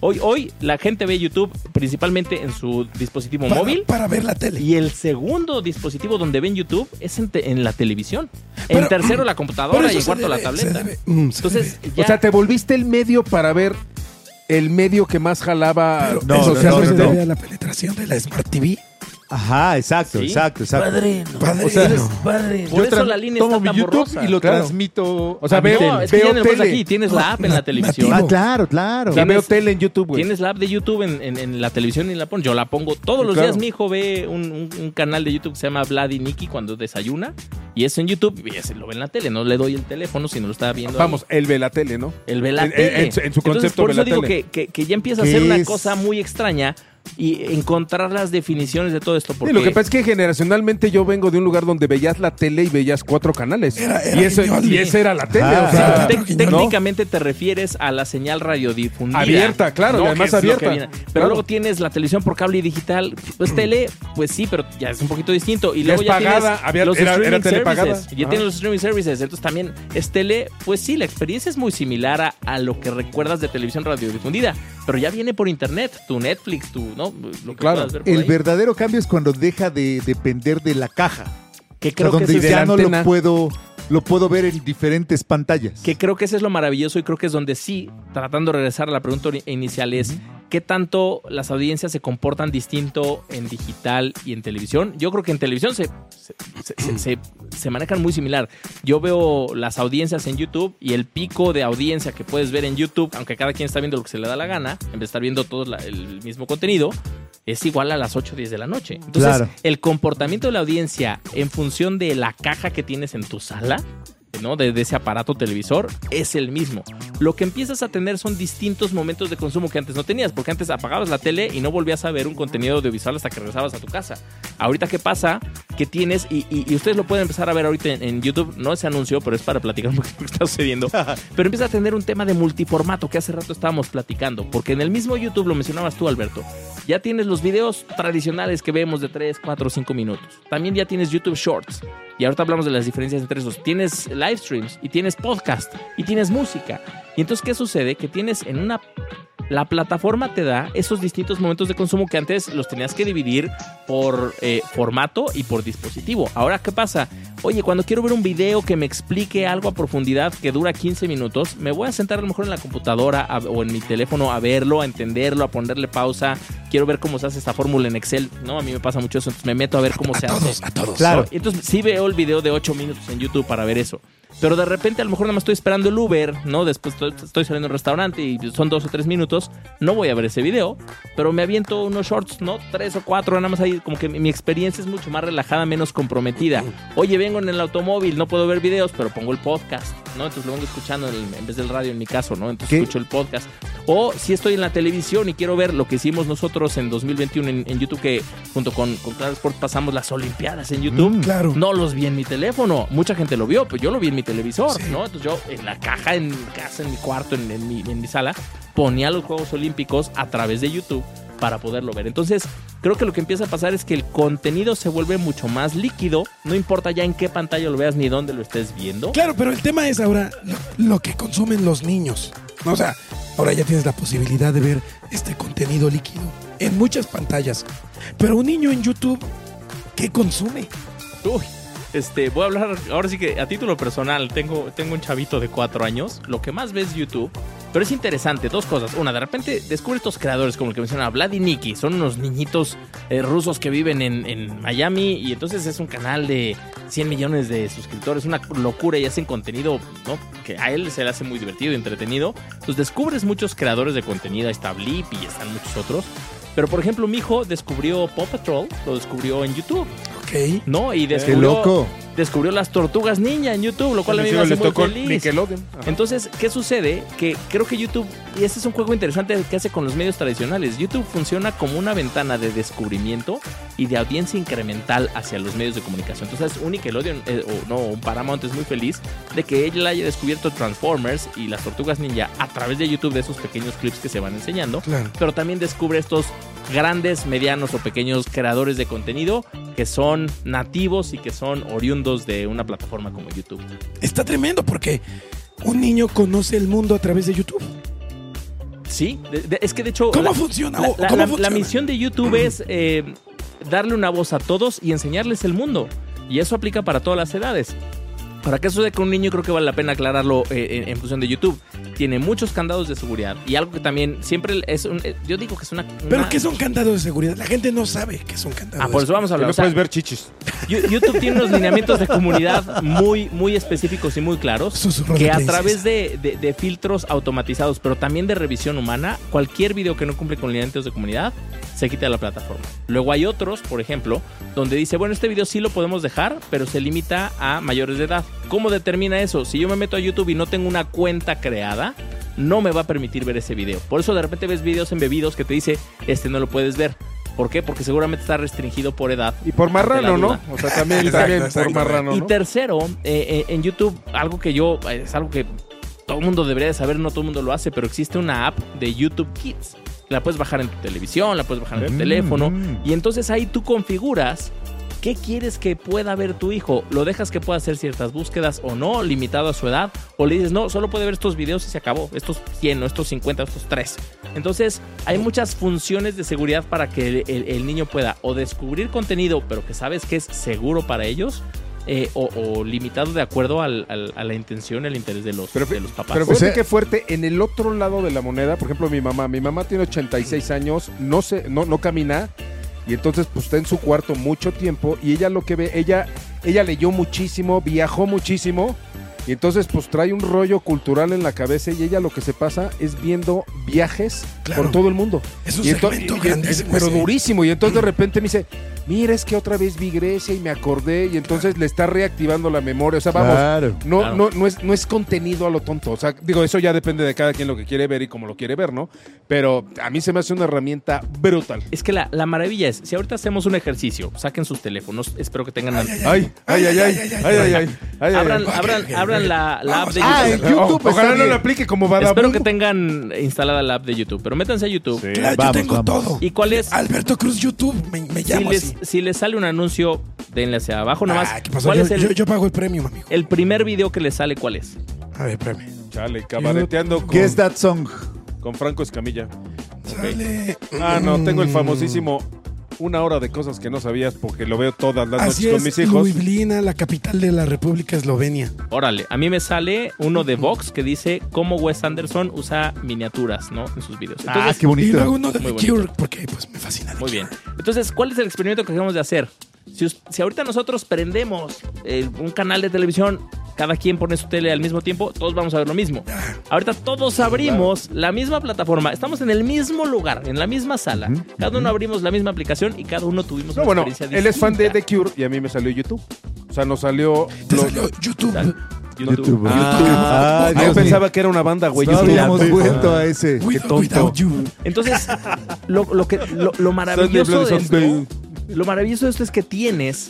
Speaker 9: Hoy la gente ve YouTube principalmente en su dispositivo móvil.
Speaker 7: Para ver la tele.
Speaker 9: Y el segundo dispositivo donde ven YouTube es en la televisión. En tercero la computadora y en cuarto la tableta. Entonces,
Speaker 8: o sea, te volviste el medio para ver el medio que más jalaba.
Speaker 7: Eso se debe a la penetración de la Smart TV.
Speaker 4: Ajá, exacto.
Speaker 7: Padrino.
Speaker 4: O sea,
Speaker 9: por eso la línea
Speaker 4: tomo
Speaker 9: está tan
Speaker 4: mi YouTube
Speaker 9: borrosa.
Speaker 4: y lo transmito.
Speaker 8: O sea,
Speaker 9: es que ya no es aquí, tienes la app en la televisión.
Speaker 4: Ah, claro.
Speaker 8: O sea, veo tele en YouTube, güey.
Speaker 9: Tienes la app de YouTube en la televisión y la pones. Yo la pongo todos los días. Mi hijo ve un canal de YouTube que se llama Vlad y Nicky cuando desayuna. Y eso en YouTube, y ese lo ve en la tele. No le doy el teléfono, sino lo está viendo.
Speaker 8: Vamos, él ve la tele, ¿no?
Speaker 9: Él ve la tele.
Speaker 8: En su concepto
Speaker 9: por
Speaker 8: ve
Speaker 9: eso
Speaker 8: la
Speaker 9: digo
Speaker 8: tele.
Speaker 9: que ya empieza a ser una cosa muy extraña y encontrar las definiciones de todo esto. Porque
Speaker 8: Sí, lo que pasa es que generacionalmente yo vengo de un lugar donde veías la tele y veías 4 canales. y esa era la tele.
Speaker 4: Ah,
Speaker 8: o sea,
Speaker 9: técnicamente te refieres a la señal radiodifundida.
Speaker 8: Abierta, claro, y además abierta.
Speaker 9: Pero luego tienes la televisión por cable y digital. Pues tele, pues sí, pero ya es un poquito distinto. Y luego ya
Speaker 8: pagada,
Speaker 9: tienes los
Speaker 8: era
Speaker 9: streaming
Speaker 8: tele pagada.
Speaker 9: services. Ya tienes los streaming services. Entonces también es tele. Pues sí, la experiencia es muy similar a lo que recuerdas de televisión radiodifundida. Pero ya viene por internet. Tu Netflix, lo que puedas ver por
Speaker 4: El
Speaker 9: ahí.
Speaker 4: verdadero cambio es cuando deja de depender de la caja.
Speaker 9: Que creo
Speaker 4: donde
Speaker 9: que ese es
Speaker 4: ya
Speaker 9: el
Speaker 4: no
Speaker 9: antena.
Speaker 4: lo puedo ver en diferentes pantallas.
Speaker 9: Que creo que eso es lo maravilloso y creo que es donde sí, tratando de regresar a la pregunta inicial, es ¿qué tanto las audiencias se comportan distinto en digital y en televisión? Yo creo que en televisión se manejan muy similar. Yo veo las audiencias en YouTube y el pico de audiencia que puedes ver en YouTube, aunque cada quien está viendo lo que se le da la gana, en vez de estar viendo todo el mismo contenido, es igual a las 8 o 10 de la noche. Entonces, el comportamiento de la audiencia en función de la caja que tienes en tu sala, ¿no? De ese aparato televisor, es el mismo. Lo que empiezas a tener son distintos momentos de consumo que antes no tenías, porque antes apagabas la tele y no volvías a ver un contenido audiovisual hasta que regresabas a tu casa. Ahorita, ¿qué pasa? Que tienes, y ustedes lo pueden empezar a ver ahorita en YouTube, no se anunció, pero es para platicar un poquito lo que está sucediendo, pero empieza a tener un tema de multiformato que hace rato estábamos platicando, porque en el mismo YouTube, lo mencionabas tú, Alberto, ya tienes los videos tradicionales que vemos de 3, 4, 5 minutos. También ya tienes YouTube Shorts. Y ahorita hablamos de las diferencias entre esos. Tienes live streams y tienes podcast y tienes música. Y entonces, ¿qué sucede? Que tienes la plataforma te da esos distintos momentos de consumo que antes los tenías que dividir por formato y por dispositivo. Ahora, ¿qué pasa? Oye, cuando quiero ver un video que me explique algo a profundidad que dura 15 minutos, me voy a sentar a lo mejor en la computadora o en mi teléfono a verlo, a entenderlo, a ponerle pausa. Quiero ver cómo se hace esta fórmula en Excel, ¿no? A mí me pasa mucho eso, entonces me meto a ver cómo se hace.
Speaker 7: A todos.
Speaker 4: Claro.
Speaker 9: Entonces sí veo el video de 8 minutos en YouTube para ver eso. Pero de repente a lo mejor nada más estoy esperando el Uber, ¿no? Después estoy saliendo a un restaurante y son 2 o 3 minutos. No voy a ver ese video, pero me aviento unos shorts, ¿no? 3 o 4, nada más ahí. Como que mi experiencia es mucho más relajada, menos comprometida. Oye, vengo en el automóvil, no puedo ver videos, pero pongo el podcast, ¿no? Entonces lo vengo escuchando en vez del radio en mi caso, ¿no? Entonces escucho el podcast. O si estoy en la televisión y quiero ver lo que hicimos nosotros en 2021 en YouTube, que junto con Claro Sport pasamos las Olimpiadas en YouTube.
Speaker 7: Claro.
Speaker 9: No los vi en mi teléfono. Mucha gente lo vio, pero yo lo vi en mi televisor, ¿no? Entonces yo en la caja, en mi casa, en mi cuarto, en mi sala, ponía los Juegos Olímpicos a través de YouTube para poderlo ver. Entonces, creo que lo que empieza a pasar es que el contenido se vuelve mucho más líquido. No importa ya en qué pantalla lo veas ni dónde lo estés viendo.
Speaker 7: Claro, pero el tema es ahora lo que consumen los niños. O sea, ahora ya tienes la posibilidad de ver este contenido líquido en muchas pantallas. Pero un niño en YouTube, ¿qué consume?
Speaker 9: Uy, voy a hablar ahora sí que a título personal. Tengo un chavito de 4 años. Lo que más ve es YouTube. Pero es interesante, 2 cosas. Una, de repente descubre estos creadores como el que mencionaba, Vlad y Nicky. Son unos niñitos rusos que viven en Miami. Y entonces es un canal de 100 millones de suscriptores. Una locura, y hacen contenido, ¿no? Que a él se le hace muy divertido y entretenido. Entonces descubres muchos creadores de contenido. Ahí está Blip y están muchos otros. Pero, por ejemplo, mi hijo descubrió Paw Patrol, lo descubrió en YouTube.
Speaker 7: Ok.
Speaker 9: ¿No? Y
Speaker 4: ¡Qué loco!
Speaker 9: descubrió las Tortugas Ninja en YouTube, lo cual a mí me hace muy feliz.
Speaker 8: Nickelodeon. Ajá.
Speaker 9: Entonces, ¿qué sucede? Que creo que YouTube, y este es un juego interesante que hace con los medios tradicionales, YouTube funciona como una ventana de descubrimiento y de audiencia incremental hacia los medios de comunicación. Entonces, un Nickelodeon, un Paramount es muy feliz de que él haya descubierto Transformers y las Tortugas Ninja a través de YouTube, de esos pequeños clips que se van enseñando,
Speaker 7: claro.
Speaker 9: Pero también descubre estos grandes, medianos o pequeños creadores de contenido que son nativos y que son oriundos de una plataforma como YouTube.
Speaker 7: Está tremendo porque un niño conoce el mundo a través de YouTube.
Speaker 9: Sí, es que de hecho...
Speaker 7: ¿Cómo funciona?
Speaker 9: La misión de YouTube es darle una voz a todos y enseñarles el mundo. Y eso aplica para todas las edades. Para que suceda con un niño, creo que vale la pena aclararlo en función de YouTube. Tiene muchos candados de seguridad. Y algo que también siempre es yo digo que es una...
Speaker 7: ¿Pero qué son candados de seguridad? La gente no sabe qué son candados.
Speaker 9: Por eso vamos a hablar.
Speaker 8: No puedes ver chichis.
Speaker 9: YouTube tiene unos lineamientos de comunidad muy, muy específicos y muy claros. Que a través de filtros automatizados, pero también de revisión humana, cualquier video que no cumple con lineamientos de comunidad se quita de la plataforma. Luego hay otros, por ejemplo, donde dice, bueno, este video sí lo podemos dejar, pero se limita a mayores de edad. ¿Cómo determina eso? Si yo me meto a YouTube y no tengo una cuenta creada, no me va a permitir ver ese video. Por eso de repente ves videos embebidos que te dice, no lo puedes ver. ¿Por qué? Porque seguramente está restringido por edad.
Speaker 8: Y por marrano, ¿no? O sea, también por marrano, ¿no?
Speaker 9: Y tercero, en YouTube, es algo que todo el mundo debería de saber, no todo el mundo lo hace, pero existe una app de YouTube Kids. La puedes bajar en tu televisión, la puedes bajar en tu teléfono. Y entonces ahí tú configuras qué quieres que pueda ver tu hijo. ¿Lo dejas que pueda hacer ciertas búsquedas o no, limitado a su edad? O le dices, no, solo puede ver estos videos y se acabó. Estos 100, o estos 50, estos 3. Entonces, hay muchas funciones de seguridad para que el niño pueda o descubrir contenido, pero que sabes que es seguro para ellos, o limitado de acuerdo a la intención, el interés de los papás.
Speaker 8: Pero fíjate qué fuerte, en el otro lado de la moneda, por ejemplo, mi mamá tiene 86 años, no camina, y entonces pues está en su cuarto mucho tiempo, y ella lo que ve, ella leyó muchísimo, viajó muchísimo, y entonces pues trae un rollo cultural en la cabeza, y ella lo que se pasa es viendo viajes por todo el mundo. Es un segmento grandísimo. Pero durísimo, y entonces de repente me dice, mira, es que otra vez vi Grecia y me acordé, y entonces le está reactivando la memoria. O sea, vamos, no es contenido a lo tonto. O sea, digo, eso ya depende de cada quien lo que quiere ver y cómo lo quiere ver, ¿no? Pero a mí se me hace una herramienta brutal.
Speaker 9: Es que la maravilla es, si ahorita hacemos un ejercicio, saquen sus teléfonos, espero que tengan... Abran la app de YouTube.
Speaker 8: Ojalá no lo aplique como va a dar.
Speaker 9: Espero que tengan instalada la app de YouTube, pero métanse a YouTube.
Speaker 7: Sí. Claro, yo tengo todo.
Speaker 9: ¿Y cuál es?
Speaker 7: Alberto Cruz YouTube, me llamo así.
Speaker 9: Si les sale un anuncio, denle hacia abajo nomás.
Speaker 7: ¿Qué pasó? Yo pago el premium, amigo.
Speaker 9: El primer video que les sale, ¿cuál es?
Speaker 7: A ver, premium.
Speaker 8: Chale, cabareteando
Speaker 4: ¿Qué es that song?
Speaker 8: Con Franco Escamilla.
Speaker 7: Sale.
Speaker 8: Tengo el famosísimo Una hora de cosas que no sabías, porque lo veo todas las
Speaker 7: Así
Speaker 8: noches con mis hijos.
Speaker 7: Ljubljana, la capital de la República Eslovenia.
Speaker 9: Órale, a mí me sale uno de Vox que dice cómo Wes Anderson usa miniaturas, ¿no? En sus videos. Entonces,
Speaker 4: qué bonito.
Speaker 7: Y luego uno de The Cure, porque pues me fascina.
Speaker 9: Muy bien. Entonces, ¿cuál es el experimento que acabamos de hacer? Si ahorita nosotros prendemos un canal de televisión, cada quien pone su tele al mismo tiempo, todos vamos a ver lo mismo. Ahorita todos abrimos la misma plataforma, estamos en el mismo lugar, en la misma sala. Cada uno abrimos la misma aplicación y cada uno tuvimos una experiencia distinta.
Speaker 8: Él es fan de The Cure y a mí me salió YouTube. O sea, nos salió...
Speaker 7: Te salió YouTube.
Speaker 9: YouTube.
Speaker 8: Yo pensaba que era una banda, güey.
Speaker 4: No habíamos vuelto a ese.
Speaker 7: Qué tonto.
Speaker 9: Entonces, lo maravilloso de esto... Lo maravilloso de esto es que tienes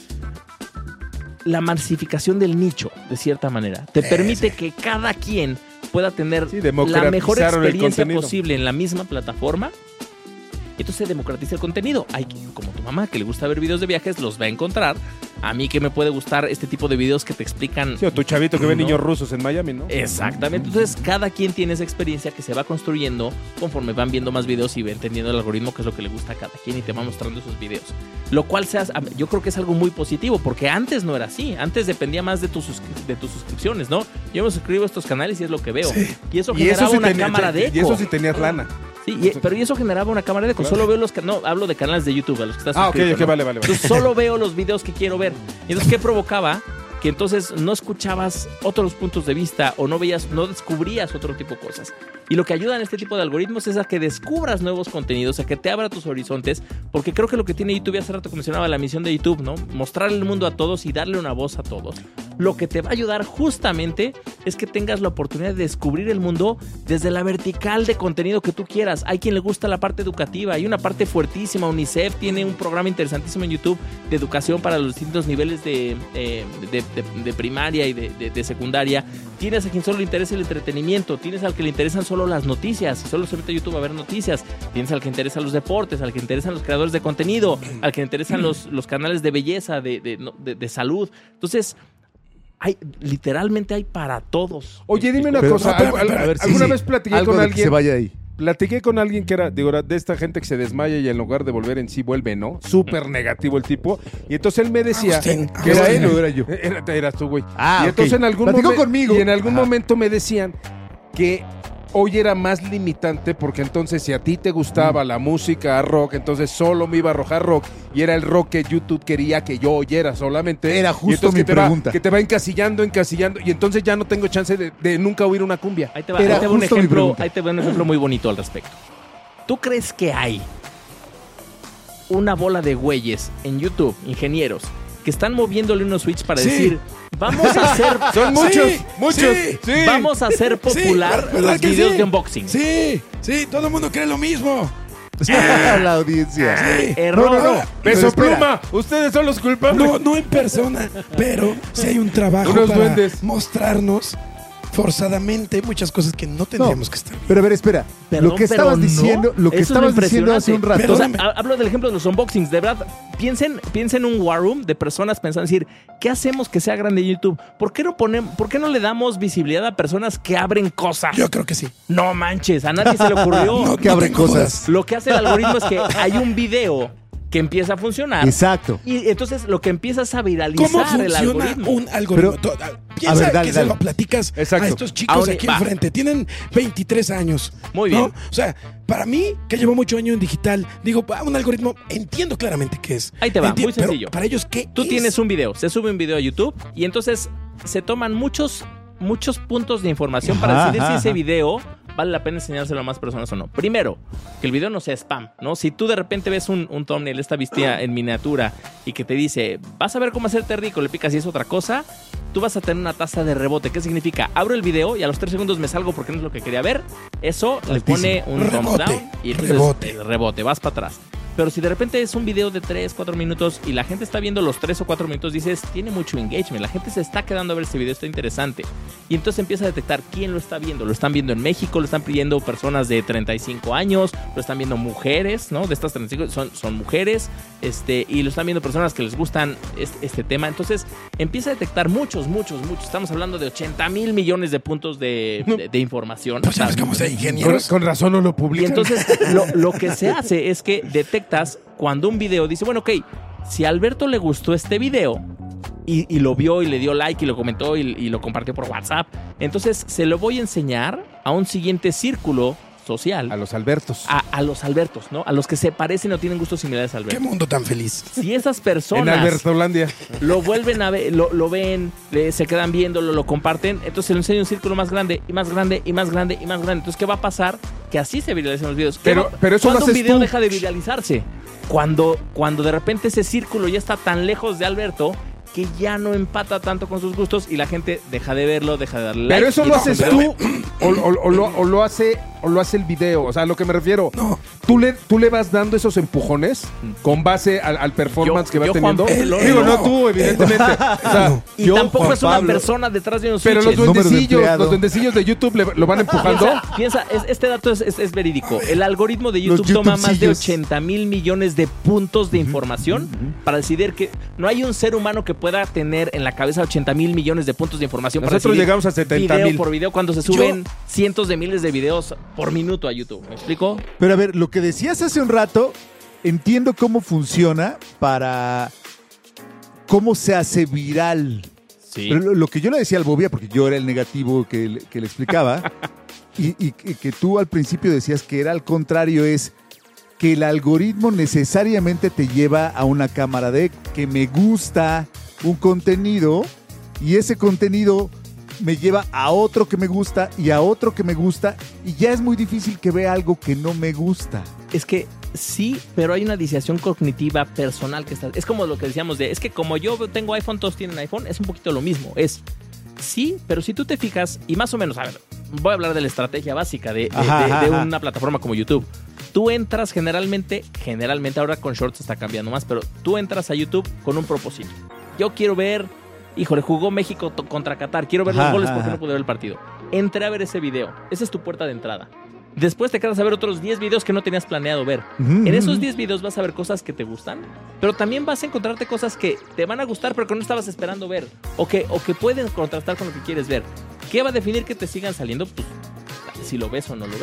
Speaker 9: la masificación del nicho, de cierta manera. Te permite que cada quien pueda tener la mejor experiencia posible en la misma plataforma. Y entonces se democratiza el contenido. Hay como tu mamá que le gusta ver videos de viajes, los va a encontrar. A mí que me puede gustar este tipo de videos que te explican...
Speaker 8: Sí, o tu chavito que ve niños rusos en Miami, ¿no?
Speaker 9: Exactamente. Entonces, cada quien tiene esa experiencia que se va construyendo conforme van viendo más videos y va entendiendo el algoritmo, que es lo que le gusta a cada quien, y te va mostrando esos videos. Lo cual yo creo que es algo muy positivo, porque antes no era así. Antes dependía más de tus suscripciones, ¿no? Yo me suscribo a estos canales y es lo que veo. Sí. Y eso generaba una cámara de eco.
Speaker 8: Y eso sí tenías lana.
Speaker 9: Sí, pero eso generaba una cámara de eco. Claro. Solo veo no, hablo de canales de YouTube, a los que estás suscrito.
Speaker 8: Ok, vale.
Speaker 9: Entonces solo veo los videos que quiero ver. Y entonces, ¿qué provocaba? Que entonces no escuchabas otros puntos de vista o no descubrías otro tipo de cosas. Y lo que ayuda en este tipo de algoritmos es a que descubras nuevos contenidos, a que te abra tus horizontes, porque creo que lo que tiene YouTube, hace rato que mencionaba la misión de YouTube, ¿no? Mostrarle el mundo a todos y darle una voz a todos. Lo que te va a ayudar justamente es que tengas la oportunidad de descubrir el mundo desde la vertical de contenido que tú quieras. Hay quien le gusta la parte educativa, hay una parte fuertísima. UNICEF tiene un programa interesantísimo en YouTube de educación para los distintos niveles de primaria y de secundaria. Tienes a quien solo le interesa el entretenimiento, tienes al que le interesan solo las noticias y solo se mete a YouTube a ver noticias, tienes al que le interesan los deportes, al que le interesan los creadores de contenido, al que le interesan los canales de belleza, de salud. Entonces, literalmente hay para todos.
Speaker 8: Oye, dime una cosa. ¿Alguna vez platiqué con alguien?
Speaker 4: Que se vaya ahí.
Speaker 8: Platiqué con alguien que era de esta gente que se desmaya y en lugar de volver en sí vuelve, ¿no? Súper negativo el tipo. Y entonces él me decía que era él o era yo. Eras tú, güey.
Speaker 4: Ah,
Speaker 8: y entonces en algún
Speaker 4: Platicó
Speaker 8: momento
Speaker 4: conmigo.
Speaker 8: Y en algún momento me decían que hoy era más limitante porque entonces si a ti te gustaba la música rock, entonces solo me iba a arrojar rock y era el rock que YouTube quería que yo oyera solamente.
Speaker 4: Era
Speaker 8: Y
Speaker 4: justo
Speaker 8: entonces
Speaker 4: mi pregunta.
Speaker 8: que te va encasillando y entonces ya no tengo chance de nunca oír una cumbia.
Speaker 9: Ahí te va,
Speaker 4: Era
Speaker 9: ahí te va un
Speaker 4: justo mi
Speaker 9: ejemplo,
Speaker 4: pregunta.
Speaker 9: ahí te va un ejemplo muy bonito al respecto. ¿Tú crees que hay una bola de güeyes en YouTube, ingenieros, que están moviéndole unos switches para
Speaker 7: Sí.
Speaker 9: decir, vamos a hacer...
Speaker 8: Son muchos,
Speaker 7: Sí,
Speaker 8: muchos.
Speaker 7: sí.
Speaker 8: Sí.
Speaker 9: Vamos a hacer popular
Speaker 7: ¿verdad
Speaker 9: los
Speaker 7: que
Speaker 9: videos
Speaker 7: sí?
Speaker 9: de unboxing.
Speaker 7: Sí, todo el mundo cree lo mismo.
Speaker 4: La audiencia.
Speaker 7: Sí.
Speaker 9: Error.
Speaker 4: No.
Speaker 8: Peso
Speaker 4: Pero espera.
Speaker 8: Pluma, ustedes son los culpables.
Speaker 7: No en persona, pero si hay un trabajo
Speaker 8: Unos
Speaker 7: para
Speaker 8: duendes.
Speaker 7: mostrarnos forzadamente muchas cosas que no tendríamos que estar.
Speaker 4: Pero a ver, espera.
Speaker 9: Perdón,
Speaker 4: lo que
Speaker 9: pero
Speaker 4: estabas
Speaker 9: no.
Speaker 4: diciendo, lo que
Speaker 9: Eso es
Speaker 4: estabas diciendo hace un rato.
Speaker 9: O sea,
Speaker 7: Perdóname.
Speaker 9: hablo del ejemplo de los unboxings. De verdad, piensen en un war room de personas pensando decir, ¿qué hacemos que sea grande YouTube? ¿Por qué no le damos visibilidad a personas que abren cosas?
Speaker 7: Yo creo que sí.
Speaker 9: No manches, a nadie se le ocurrió.
Speaker 7: No,
Speaker 4: que abren
Speaker 7: tengo
Speaker 4: cosas.
Speaker 7: dudas.
Speaker 9: Lo que hace el algoritmo es que hay un video que empieza a funcionar.
Speaker 4: Exacto.
Speaker 9: Y entonces lo que empieza es a viralizar
Speaker 7: ¿Cómo
Speaker 9: el
Speaker 7: funciona
Speaker 9: algoritmo.
Speaker 7: un algoritmo?
Speaker 4: Pero-
Speaker 7: Piensa
Speaker 4: a ver, dale,
Speaker 7: que
Speaker 4: dale.
Speaker 7: se lo platicas
Speaker 8: Exacto.
Speaker 7: a estos chicos
Speaker 9: Ahora,
Speaker 7: aquí
Speaker 9: va.
Speaker 7: enfrente. Tienen 23 años.
Speaker 9: Muy
Speaker 7: ¿no?
Speaker 9: bien.
Speaker 7: O sea, para mí, que llevo mucho año en digital, digo, un algoritmo, entiendo claramente qué es.
Speaker 9: Ahí te va, muy
Speaker 7: pero
Speaker 9: sencillo.
Speaker 7: para ellos, ¿qué
Speaker 9: Tú
Speaker 7: es?
Speaker 9: tienes un video, se sube un video a YouTube y entonces se toman muchos puntos de información para
Speaker 4: Ajá,
Speaker 9: decidir si
Speaker 4: ajá,
Speaker 9: ese
Speaker 4: ajá.
Speaker 9: video vale la pena enseñárselo a más personas o no. Primero, que el video no sea spam, ¿no? Si tú de repente ves un thumbnail, esta vestida en miniatura y que te dice, vas a ver cómo hacerte rico, le picas y es otra cosa, tú vas a tener una tasa de rebote. ¿Qué significa? Abro el video y a los 3 segundos me salgo porque no es lo que quería ver. Eso le pone un thumbs
Speaker 7: Rebote,
Speaker 9: down y entonces rebote, vas para atrás. Pero si de repente es un video de 3, 4 minutos y la gente está viendo los 3 o 4 minutos, dices, tiene mucho engagement, la gente se está quedando a ver este video, está interesante. Y entonces empieza a detectar quién lo está viendo. Lo están viendo en México, lo están pidiendo personas de 35 años, lo están viendo mujeres, ¿no? De estas 35 son mujeres, y lo están viendo personas que les gustan este tema. Entonces empieza a detectar muchos. Estamos hablando de 80,000 millones de puntos de información.
Speaker 7: Pues sabes cómo sea ingenieros.
Speaker 8: Con razón no lo
Speaker 9: Y
Speaker 8: publican.
Speaker 9: entonces lo que se hace es que detectas cuando un video dice, bueno, ok, si a Alberto le gustó este video y lo vio y le dio like y lo comentó y lo compartió por WhatsApp, entonces se lo voy a enseñar a un siguiente círculo social.
Speaker 8: A los Albertos.
Speaker 9: A los Albertos, ¿no? A los que se parecen o tienen gustos similares a
Speaker 7: Qué
Speaker 9: Alberto.
Speaker 7: mundo tan feliz.
Speaker 9: Si esas
Speaker 8: En
Speaker 9: personas
Speaker 8: Albertolandia.
Speaker 9: lo vuelven a ver, lo ven, se quedan viéndolo, lo comparten, entonces se lo enseña un círculo más grande y más grande y más grande y más grande. Entonces, ¿qué va a pasar? Que así se viralicen los videos.
Speaker 8: Pero eso lo
Speaker 9: ¿Cuándo un
Speaker 8: haces
Speaker 9: video
Speaker 8: tú?
Speaker 9: deja de viralizarse? Cuando de repente ese círculo ya está tan lejos de Alberto que ya no empata tanto con sus gustos y la gente deja de verlo, deja de darle like.
Speaker 8: Pero eso
Speaker 9: y
Speaker 8: lo
Speaker 9: deja
Speaker 8: haces
Speaker 9: de
Speaker 8: tú o lo hace el video. O sea, a lo que me refiero.
Speaker 7: No.
Speaker 8: ¿Tú le vas dando esos empujones con base al performance que va
Speaker 9: yo,
Speaker 8: teniendo?
Speaker 9: Juan Pablo,
Speaker 8: Digo,
Speaker 7: no.
Speaker 8: no tú, evidentemente. O sea,
Speaker 9: Y
Speaker 8: yo,
Speaker 9: tampoco
Speaker 8: Juan
Speaker 9: es una
Speaker 8: Pablo.
Speaker 9: persona detrás de unos
Speaker 8: Pero los
Speaker 9: switches.
Speaker 4: Número de
Speaker 8: duendecillos de YouTube lo van empujando.
Speaker 9: Piensa, este dato es verídico. El algoritmo de YouTube
Speaker 4: Los
Speaker 9: toma más de
Speaker 4: YouTubecillos.
Speaker 9: 80,000 millones de puntos de información para decidir que no hay un ser humano que pueda tener en la cabeza 80,000 millones de puntos de información para
Speaker 8: Nosotros
Speaker 9: decidir
Speaker 8: llegamos a 70,000.
Speaker 9: video por video cuando se suben cientos de miles de videos por minuto a YouTube. ¿Me explico?
Speaker 4: Pero a ver, lo que decías hace un rato, entiendo cómo funciona para cómo se hace viral.
Speaker 9: Sí.
Speaker 4: Pero lo que yo le decía al Bobia, porque yo era el negativo que le explicaba, y que tú al principio decías que era al contrario, es que el algoritmo necesariamente te lleva a una cámara de que me gusta un contenido y ese contenido me lleva a otro que me gusta y a otro que me gusta y ya es muy difícil que vea algo que no me gusta.
Speaker 9: Es que sí, pero hay una disociación cognitiva personal que está. Es como lo que decíamos es que como yo tengo iPhone, todos tienen iPhone, es un poquito lo mismo. Sí, pero si tú te fijas, y más o menos, a ver, voy a hablar de la estrategia básica de una plataforma como YouTube. Tú entras generalmente ahora con Shorts está cambiando más, pero tú entras a YouTube con un propósito. Yo quiero ver, híjole, jugó México contra Qatar, quiero ver los goles porque no pude ver el partido. Entré a ver ese video, esa es tu puerta de entrada. Después te quedas a ver otros 10 videos que no tenías planeado ver. En esos 10 videos vas a ver cosas que te gustan, pero también vas a encontrarte cosas que te van a gustar pero que no estabas esperando ver o que pueden contrastar con lo que quieres ver. ¿Qué va a definir que te sigan saliendo? Pues si lo ves o no lo ves.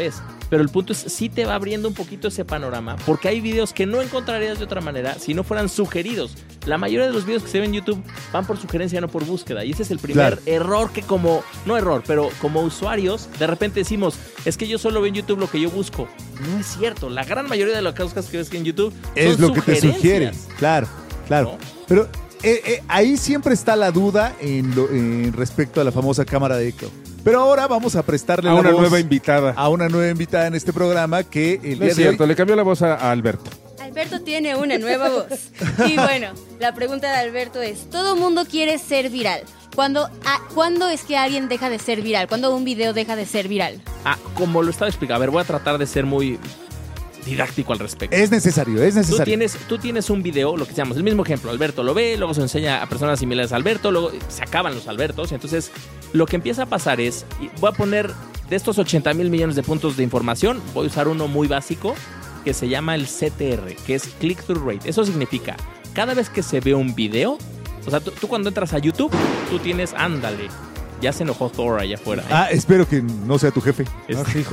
Speaker 9: Pero el punto es, sí te va abriendo un poquito ese panorama, porque hay videos que no encontrarías de otra manera si no fueran sugeridos. La mayoría de los videos que se ven en YouTube van por sugerencia, no por búsqueda. Y ese es el primer error que pero como usuarios, de repente decimos, es que yo solo veo en YouTube lo que yo busco. No es cierto. La gran mayoría de las cosas que ves en YouTube
Speaker 4: es
Speaker 9: son
Speaker 4: lo que te sugieren. Claro.
Speaker 9: ¿No?
Speaker 4: Pero ahí siempre está la duda en respecto a la famosa cámara de eco. Pero ahora vamos a prestarle
Speaker 8: a
Speaker 4: la
Speaker 8: una
Speaker 4: voz
Speaker 8: nueva invitada.
Speaker 4: A una nueva invitada en este programa que el
Speaker 8: No
Speaker 4: día
Speaker 8: es
Speaker 4: de
Speaker 8: cierto,
Speaker 4: hoy...
Speaker 8: le cambió la voz a Alberto.
Speaker 11: Alberto tiene una nueva voz. Y bueno, la pregunta de Alberto es, todo mundo quiere ser viral. ¿Cuándo es que alguien deja de ser viral? ¿Cuándo un video deja de ser viral?
Speaker 9: Como lo estaba explicando, a ver, voy a tratar de ser muy didáctico al respecto.
Speaker 4: Es necesario.
Speaker 9: Tú tienes un video, lo que llamamos, el mismo ejemplo, Alberto lo ve, luego se enseña a personas similares a Alberto, luego se acaban los Albertos, entonces lo que empieza a pasar es, voy a poner de estos 80,000 millones de puntos de información, voy a usar uno muy básico que se llama el CTR, que es Click-Through Rate. Eso significa, cada vez que se ve un video, o sea, tú cuando entras a YouTube, tú tienes, ándale, ya se enojó Thor allá afuera.
Speaker 4: Espero que no sea tu jefe.
Speaker 8: Hijo.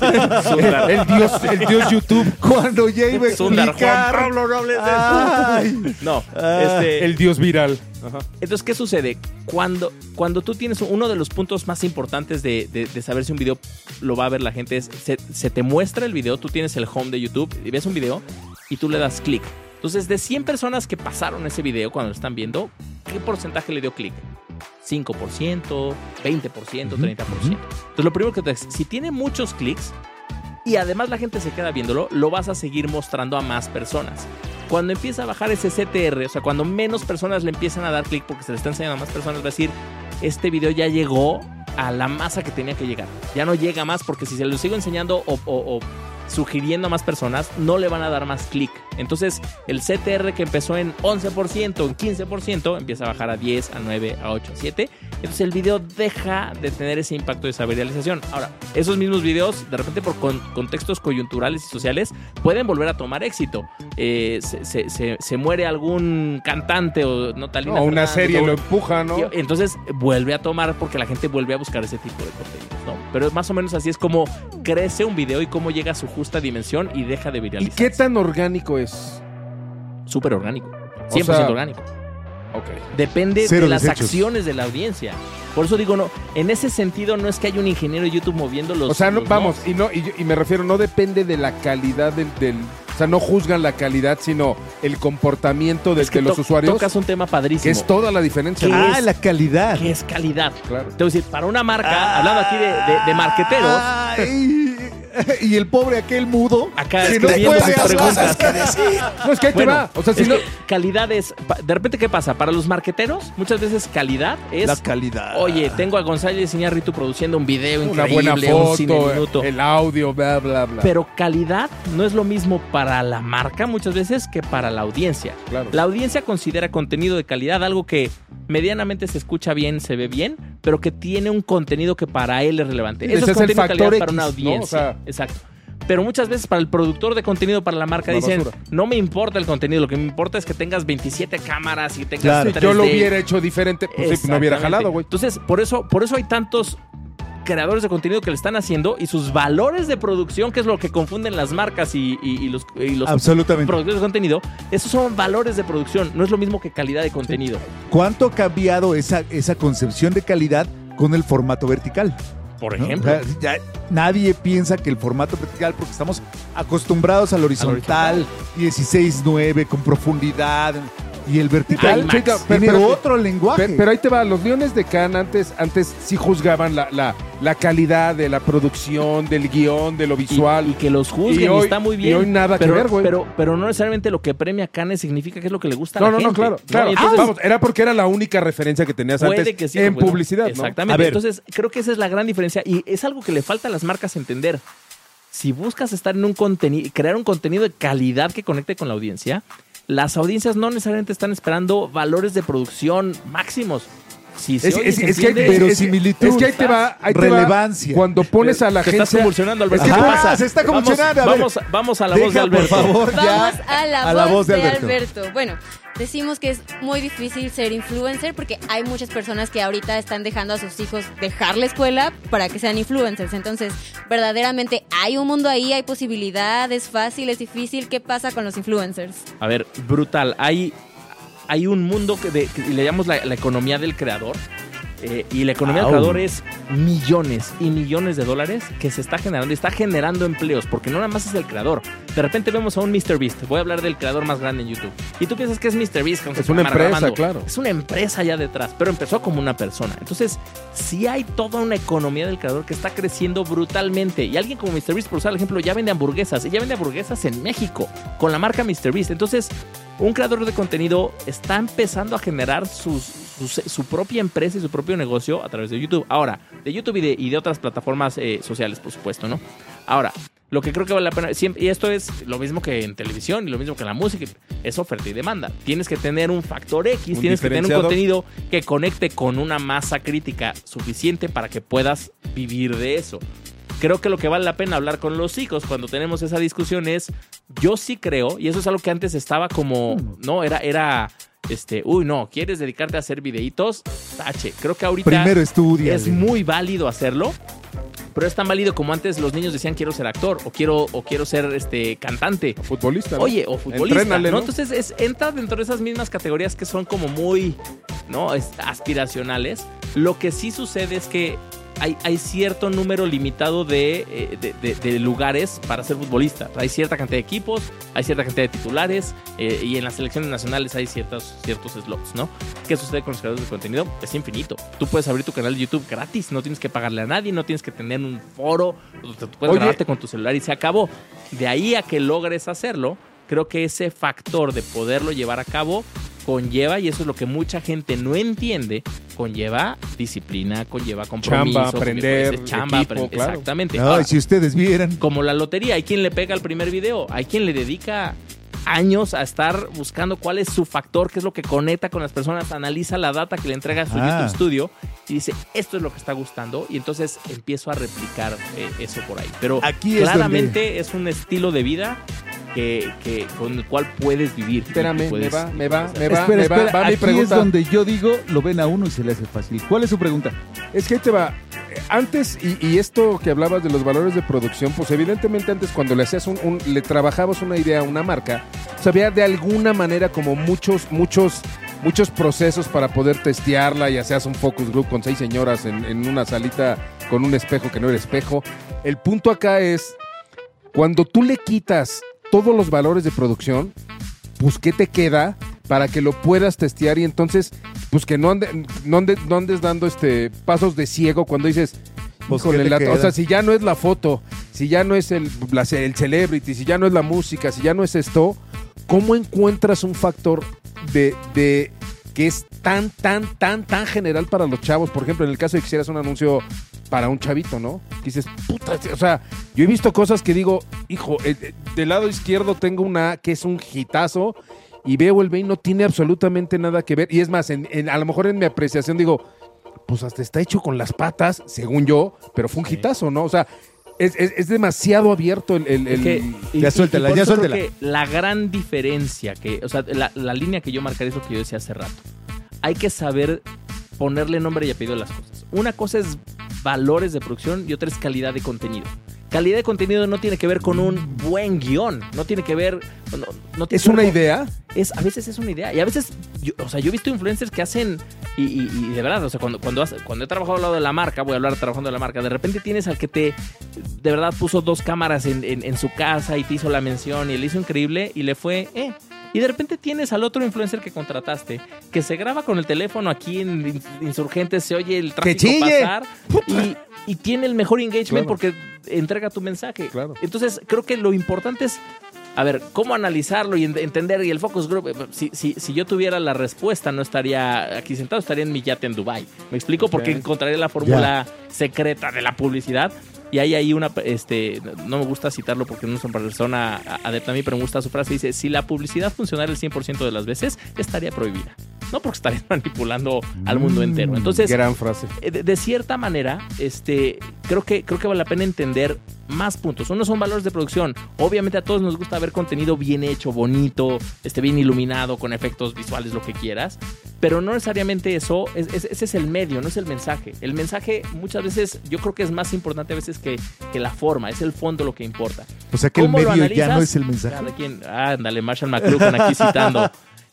Speaker 8: El dios YouTube.
Speaker 4: Cuando ya iba a
Speaker 9: Sundar,
Speaker 4: explicar.
Speaker 9: Juan Pablo, no hables de eso. No,
Speaker 8: el dios viral.
Speaker 9: Ajá. Entonces, ¿qué sucede? Cuando tú tienes uno de los puntos más importantes de saber si un video lo va a ver la gente es, se te muestra el video, tú tienes el home de YouTube y ves un video y tú le das clic. Entonces, de 100 personas que pasaron ese video cuando lo están viendo, ¿qué porcentaje le dio clic? 5%, 20%, 30%. Entonces, lo primero que si tiene muchos clics y además la gente se queda viéndolo, lo vas a seguir mostrando a más personas. Cuando empieza a bajar ese CTR, o sea, cuando menos personas le empiezan a dar clic porque se le está enseñando a más personas, va a decir, este video ya llegó a la masa que tenía que llegar. Ya no llega más porque si se lo sigo enseñando o sugiriendo a más personas, no le van a dar más clic. Entonces, el CTR que empezó en 11%, en 15%, empieza a bajar a 10, a 9, a 8, a 7. Entonces, el video deja de tener ese impacto de esa viralización. Ahora, esos mismos videos, de repente por contextos coyunturales y sociales, pueden volver a tomar éxito. Se muere algún cantante o Natalina
Speaker 8: o una
Speaker 9: Fernández,
Speaker 8: serie lo empuja, ¿no?
Speaker 9: Entonces, vuelve a tomar porque la gente vuelve a buscar ese tipo de contenidos, ¿no? Pero más o menos así es como crece un video y cómo llega a su justa dimensión y deja de viralizar.
Speaker 8: ¿Y qué tan orgánico es?
Speaker 9: Súper orgánico. 100% orgánico.
Speaker 8: Okay.
Speaker 9: Depende
Speaker 4: Cero
Speaker 9: de las
Speaker 4: desechos.
Speaker 9: Acciones de la audiencia. Por eso digo, no, en ese sentido no es que haya un ingeniero de YouTube moviendo los...
Speaker 8: O sea, no,
Speaker 9: los
Speaker 8: vamos,
Speaker 9: nodos.
Speaker 8: y me refiero, no depende de la calidad del... O sea, no juzgan la calidad, sino el comportamiento de los usuarios.
Speaker 9: Tocas un tema padrísimo.
Speaker 8: Que es toda la diferencia.
Speaker 4: La calidad.
Speaker 9: ¿Qué es calidad?
Speaker 8: Claro.
Speaker 9: Te voy a decir, para una marca, hablando aquí de marqueteros...
Speaker 4: Y el pobre aquel mudo
Speaker 9: acá
Speaker 4: que no
Speaker 9: escribiendo
Speaker 4: puede
Speaker 9: sus preguntas.
Speaker 8: No, es que ahí te va. O sea, si no...
Speaker 9: calidad es... De repente, ¿qué pasa? Para los marqueteros, muchas veces calidad es...
Speaker 4: La calidad.
Speaker 9: Oye, tengo a González Iñárritu produciendo un video
Speaker 8: una
Speaker 9: increíble,
Speaker 8: buena foto,
Speaker 9: un cine minuto.
Speaker 8: el audio, bla, bla, bla.
Speaker 9: Pero calidad no es lo mismo para la marca muchas veces que para la audiencia.
Speaker 8: Claro.
Speaker 9: La audiencia considera contenido de calidad algo que medianamente se escucha bien, se ve bien, pero que tiene un contenido que para él es relevante.
Speaker 8: Ese
Speaker 9: Eso es
Speaker 8: es el
Speaker 9: contenido de calidad
Speaker 8: factor
Speaker 9: para una
Speaker 8: X, ¿no?
Speaker 9: audiencia.
Speaker 8: O sea,
Speaker 9: exacto. Pero muchas veces para el productor de contenido, para la marca,
Speaker 8: Una
Speaker 9: dicen,
Speaker 8: basura.
Speaker 9: no me importa el contenido, lo que me importa es que tengas 27 cámaras y tengas
Speaker 4: Claro.
Speaker 9: 3D.
Speaker 8: yo lo hubiera hecho diferente, pues sí, no hubiera jalado, güey.
Speaker 9: Entonces, por eso hay tantos creadores de contenido que le están haciendo y sus valores de producción, que es lo que confunden las marcas y los
Speaker 4: Absolutamente.
Speaker 9: productores de contenido, esos son valores de producción, no es lo mismo que calidad de contenido.
Speaker 4: ¿Cuánto ha cambiado esa concepción de calidad con el formato vertical?
Speaker 9: Por
Speaker 4: ¿No?
Speaker 9: ejemplo.
Speaker 4: O sea, ya nadie piensa que el formato vertical, porque estamos acostumbrados al horizontal, 16:9 con profundidad, y el vertical
Speaker 9: IMAX.
Speaker 4: tiene
Speaker 8: Pero-
Speaker 4: otro lenguaje.
Speaker 8: Pero ahí te va, los Leones de Cannes antes sí juzgaban la calidad de la producción, del guión, de lo visual.
Speaker 9: Y que los juzguen,
Speaker 8: Y hoy-
Speaker 9: está muy bien.
Speaker 8: y hoy nada que
Speaker 9: pero,
Speaker 8: ver, güey.
Speaker 9: Pero no necesariamente lo que premia Cannes significa que es lo que le gusta a
Speaker 8: No,
Speaker 9: la
Speaker 8: no,
Speaker 9: gente.
Speaker 8: no, claro. Claro.
Speaker 9: Y entonces,
Speaker 8: Vamos, era porque era la única referencia que tenías
Speaker 9: puede
Speaker 8: antes
Speaker 9: que sí,
Speaker 8: en
Speaker 9: bueno,
Speaker 8: publicidad, ¿no?
Speaker 9: Exactamente.
Speaker 4: A ver.
Speaker 9: Entonces, creo que esa es la gran diferencia y es algo que le falta a las marcas entender. Si buscas estar en un contenido, crear un contenido de calidad que conecte con la audiencia, las audiencias no necesariamente están esperando valores de producción máximos. Si se
Speaker 8: Es,
Speaker 9: oye,
Speaker 8: es-
Speaker 9: se
Speaker 8: es que,
Speaker 9: entiende.
Speaker 4: pero
Speaker 8: es-
Speaker 4: similitud,
Speaker 8: es que ahí te va.
Speaker 4: relevancia.
Speaker 8: Cuando pones a la
Speaker 9: Te
Speaker 8: gente.
Speaker 9: estás convulsionando, Alberto.
Speaker 4: Es que
Speaker 9: ¿Qué
Speaker 4: pasa?
Speaker 9: pasa?
Speaker 4: Se está convulsionando, a ver.
Speaker 9: Vamos a la voz de
Speaker 4: Deja, por
Speaker 9: Alberto.
Speaker 4: favor, ya
Speaker 11: Vamos a la voz de
Speaker 4: Alberto.
Speaker 11: Alberto. Bueno, decimos que es muy difícil ser influencer porque hay muchas personas que ahorita están dejando a sus hijos dejar la escuela para que sean influencers. Entonces, verdaderamente hay un mundo ahí, hay posibilidad, es fácil, es difícil. ¿Qué pasa con los influencers?
Speaker 9: A ver, brutal. Hay un mundo que le llamamos la economía del creador. Y la economía del creador es millones y millones de dólares que se está generando y está generando empleos, porque no nada más es el creador. De repente vemos a un MrBeast. Voy a hablar del creador más grande en YouTube. Y tú piensas que es MrBeast.
Speaker 8: Es una empresa, claro.
Speaker 9: Es una empresa allá detrás, pero empezó como una persona. Entonces, sí hay toda una economía del creador que está creciendo brutalmente. Y alguien como MrBeast, por usar el ejemplo, ya vende hamburguesas. Y ya vende hamburguesas en México con la marca MrBeast. Entonces, un creador de contenido está empezando a generar su propia empresa y su propio negocio a través de YouTube. Ahora, de YouTube y de otras plataformas sociales, por supuesto, ¿no? Ahora, lo que creo que vale la pena, y esto es lo mismo que en televisión y lo mismo que en la música, es oferta y demanda. Tienes que tener un factor X, tienes que tener un contenido que conecte con una masa crítica suficiente para que puedas vivir de eso. Creo que lo que vale la pena hablar con los hijos cuando tenemos esa discusión es, yo sí creo, y eso es algo que antes estaba como, no, era uy, no, ¿quieres dedicarte a hacer videitos? Tache. Creo que ahorita
Speaker 4: Primero estudia.
Speaker 9: es muy válido hacerlo, pero es tan válido como antes los niños decían quiero ser actor o quiero ser cantante.
Speaker 8: O futbolista. ¿no?
Speaker 9: Oye, o futbolista,
Speaker 8: Entrénale,
Speaker 9: ¿no?
Speaker 8: ¿no?
Speaker 9: Entonces entra dentro de esas mismas categorías que son como muy, ¿no? Aspiracionales. Lo que sí sucede es que hay cierto número limitado de lugares para ser futbolista. Hay cierta cantidad de equipos, hay cierta cantidad de titulares y en las selecciones nacionales hay ciertos slots, ¿no? ¿Qué sucede con los creadores de contenido? Es infinito. Tú puedes abrir tu canal de YouTube gratis, no tienes que pagarle a nadie, no tienes que tener un foro, tú puedes grabarte con tu celular y se acabó. De ahí a que logres hacerlo, creo que ese factor de poderlo llevar a cabo conlleva, y eso es lo que mucha gente no entiende, conlleva disciplina, conlleva compromiso,
Speaker 8: Chamba, aprender, equipo, claro.
Speaker 9: Exactamente.
Speaker 4: Ay,
Speaker 9: Ahora,
Speaker 4: si ustedes vieran.
Speaker 9: como la lotería, hay quien le pega al primer video, hay quien le dedica años a estar buscando cuál es su factor, qué es lo que conecta con las personas, analiza la data que le entrega su YouTube Studio y dice, esto es lo que está gustando, y entonces empiezo a replicar eso por ahí. Pero
Speaker 4: Aquí es
Speaker 9: claramente es un estilo de vida con el cual puedes vivir.
Speaker 8: Espérame, me va
Speaker 4: Espera,
Speaker 8: mi
Speaker 4: aquí
Speaker 8: pregunta.
Speaker 4: es donde yo digo, lo ven a uno y se le hace fácil. ¿Cuál es su pregunta?
Speaker 8: Es que ahí te va. Antes, y esto que hablabas de los valores de producción, pues evidentemente antes cuando le hacías le trabajabas una idea a una marca, pues había de alguna manera como muchos procesos para poder testearla, y hacías un focus group con 6 señoras en una salita con un espejo que no era espejo. El punto acá es, cuando tú le quitas todos los valores de producción, pues ¿qué te queda para que lo puedas testear? Y entonces, pues que no andes dando pasos de ciego cuando dices,
Speaker 4: Pues,
Speaker 8: híjole,
Speaker 4: ¿qué te queda?
Speaker 8: o sea, si ya no es la foto, si ya no es el celebrity, si ya no es la música, si ya no es esto, ¿cómo encuentras un factor de que es tan general para los chavos? Por ejemplo, en el caso de que hicieras un anuncio para un chavito, ¿no? Que dices, puta, o sea, yo he visto cosas que digo, hijo, del lado izquierdo tengo una que es un hitazo, y veo el y no tiene absolutamente nada que ver. Y es más, a lo mejor en mi apreciación digo, pues hasta está hecho con las patas, según yo, pero fue un hitazo, ¿no? O sea, es demasiado abierto
Speaker 4: Ya suéltala,
Speaker 9: por
Speaker 4: ya
Speaker 9: eso
Speaker 4: suéltala.
Speaker 9: creo que la gran diferencia, o sea, la línea que yo marcaré es lo que yo decía hace rato. Hay que saber ponerle nombre y apellido a las cosas. Una cosa es valores de producción y otra es calidad de contenido. Calidad de contenido no tiene que ver con un buen guión, no tiene que ver... No tiene
Speaker 8: ¿Es
Speaker 9: que ver
Speaker 8: una
Speaker 9: con-
Speaker 8: idea?
Speaker 9: A veces es una idea. Y a veces, yo he visto influencers que hacen, y de verdad, o sea, cuando he trabajado al lado de la marca, voy a hablar trabajando de la marca, de repente tienes al que de verdad puso 2 cámaras en su casa y te hizo la mención y le hizo increíble y le fue, Y de repente tienes al otro influencer que contrataste, que se graba con el teléfono aquí en Insurgentes, se oye el tráfico
Speaker 8: chille!
Speaker 9: pasar y tiene el mejor engagement porque entrega tu mensaje.
Speaker 8: Claro.
Speaker 9: Entonces, creo que lo importante es, a ver, cómo analizarlo y entender, y el focus group, si yo tuviera la respuesta, no estaría aquí sentado, estaría en mi yate en Dubai. ¿Me explico? Porque encontraría la fórmula secreta de la publicidad. Y hay ahí una, no me gusta citarlo porque no es una persona adepta a mí, pero me gusta su frase, dice, si la publicidad funcionara el 100% de las veces, estaría prohibida. no porque estarías manipulando al mundo entero. Entonces,
Speaker 8: gran frase.
Speaker 9: De cierta manera, creo que vale la pena entender más puntos. Uno son valores de producción. Obviamente a todos nos gusta ver contenido bien hecho, bonito, bien iluminado, con efectos visuales, lo que quieras. Pero no necesariamente eso, ese es el medio, no es el mensaje. El mensaje muchas veces yo creo que es más importante a veces que la forma, es el fondo lo que importa.
Speaker 4: O sea que el medio ya no es el mensaje.
Speaker 9: Ándale, Marshall McLuhan aquí citando.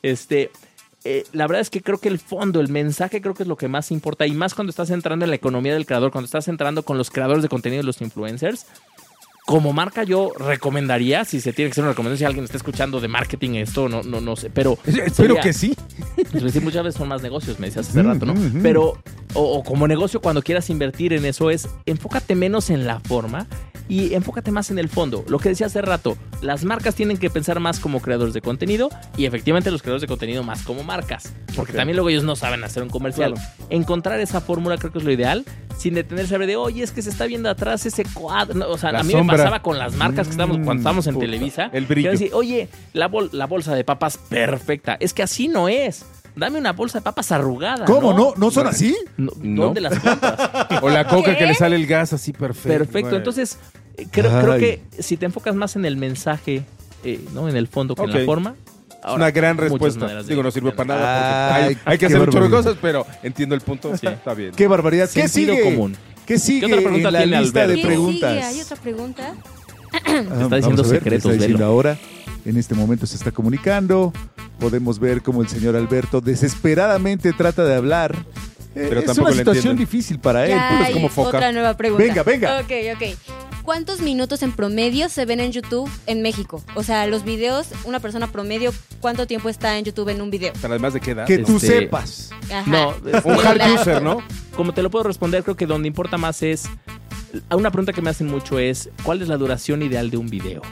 Speaker 9: La verdad es que creo que el fondo, el mensaje creo que es lo que más importa, y más cuando estás entrando en la economía del creador, cuando estás entrando con los creadores de contenido y los influencers. Como marca yo recomendaría, si se tiene que hacer una recomendación, si alguien está escuchando de marketing esto, no sé, pero...
Speaker 8: Espero que sí.
Speaker 9: Pues sí, muchas veces son más negocios, me decías hace rato, ¿no? Pero, o como negocio, cuando quieras invertir en eso enfócate menos en la forma y enfócate más en el fondo. Lo que decía hace rato, las marcas tienen que pensar más como creadores de contenido y efectivamente los creadores de contenido más como marcas, porque también luego ellos no saben hacer un comercial. Claro. Encontrar esa fórmula creo que es lo ideal, sin detenerse a ver de, oye, es que se está viendo atrás ese cuadro. No, o sea, a mí me pasaba con las marcas que cuando estábamos en Televisa.
Speaker 8: El brillo.
Speaker 9: Decir, oye, la bolsa de papas perfecta. Es que así no es. Dame una bolsa de papas arrugada.
Speaker 4: ¿Cómo? ¿No son así?
Speaker 9: ¿Dónde las compras?
Speaker 8: O la coca que le sale el gas así perfecto.
Speaker 9: Perfecto. Entonces, creo que si te enfocas más en el mensaje, ¿no? En el fondo que en la forma.
Speaker 8: Ahora, una gran respuesta. Digo, no sirve para nada porque hay que hacer muchas cosas, pero entiendo el punto. Sí. Está bien.
Speaker 4: Qué barbaridad. ¿Qué sigue?
Speaker 9: Común.
Speaker 4: ¿Qué sigue en la lista de preguntas?
Speaker 11: ¿Sigue? ¿Hay otra pregunta?
Speaker 9: Te está diciendo secretos,
Speaker 4: está diciendo ahora. En este momento se está comunicando. Podemos ver cómo el señor Alberto desesperadamente trata de hablar.
Speaker 8: Pero
Speaker 4: es una situación difícil para él.
Speaker 11: Ya hay como foca. Otra nueva pregunta.
Speaker 4: Venga.
Speaker 11: Ok. ¿Cuántos minutos en promedio se ven en YouTube en México? O sea, los videos, una persona promedio, ¿cuánto tiempo está en YouTube en un video?
Speaker 8: Pero además de qué edad.
Speaker 4: Que tú sepas.
Speaker 11: Ajá.
Speaker 9: No,
Speaker 8: un hard user, ¿no?
Speaker 9: Como te lo puedo responder, creo que donde importa más es... Una pregunta que me hacen mucho es, ¿cuál es la duración ideal de un video?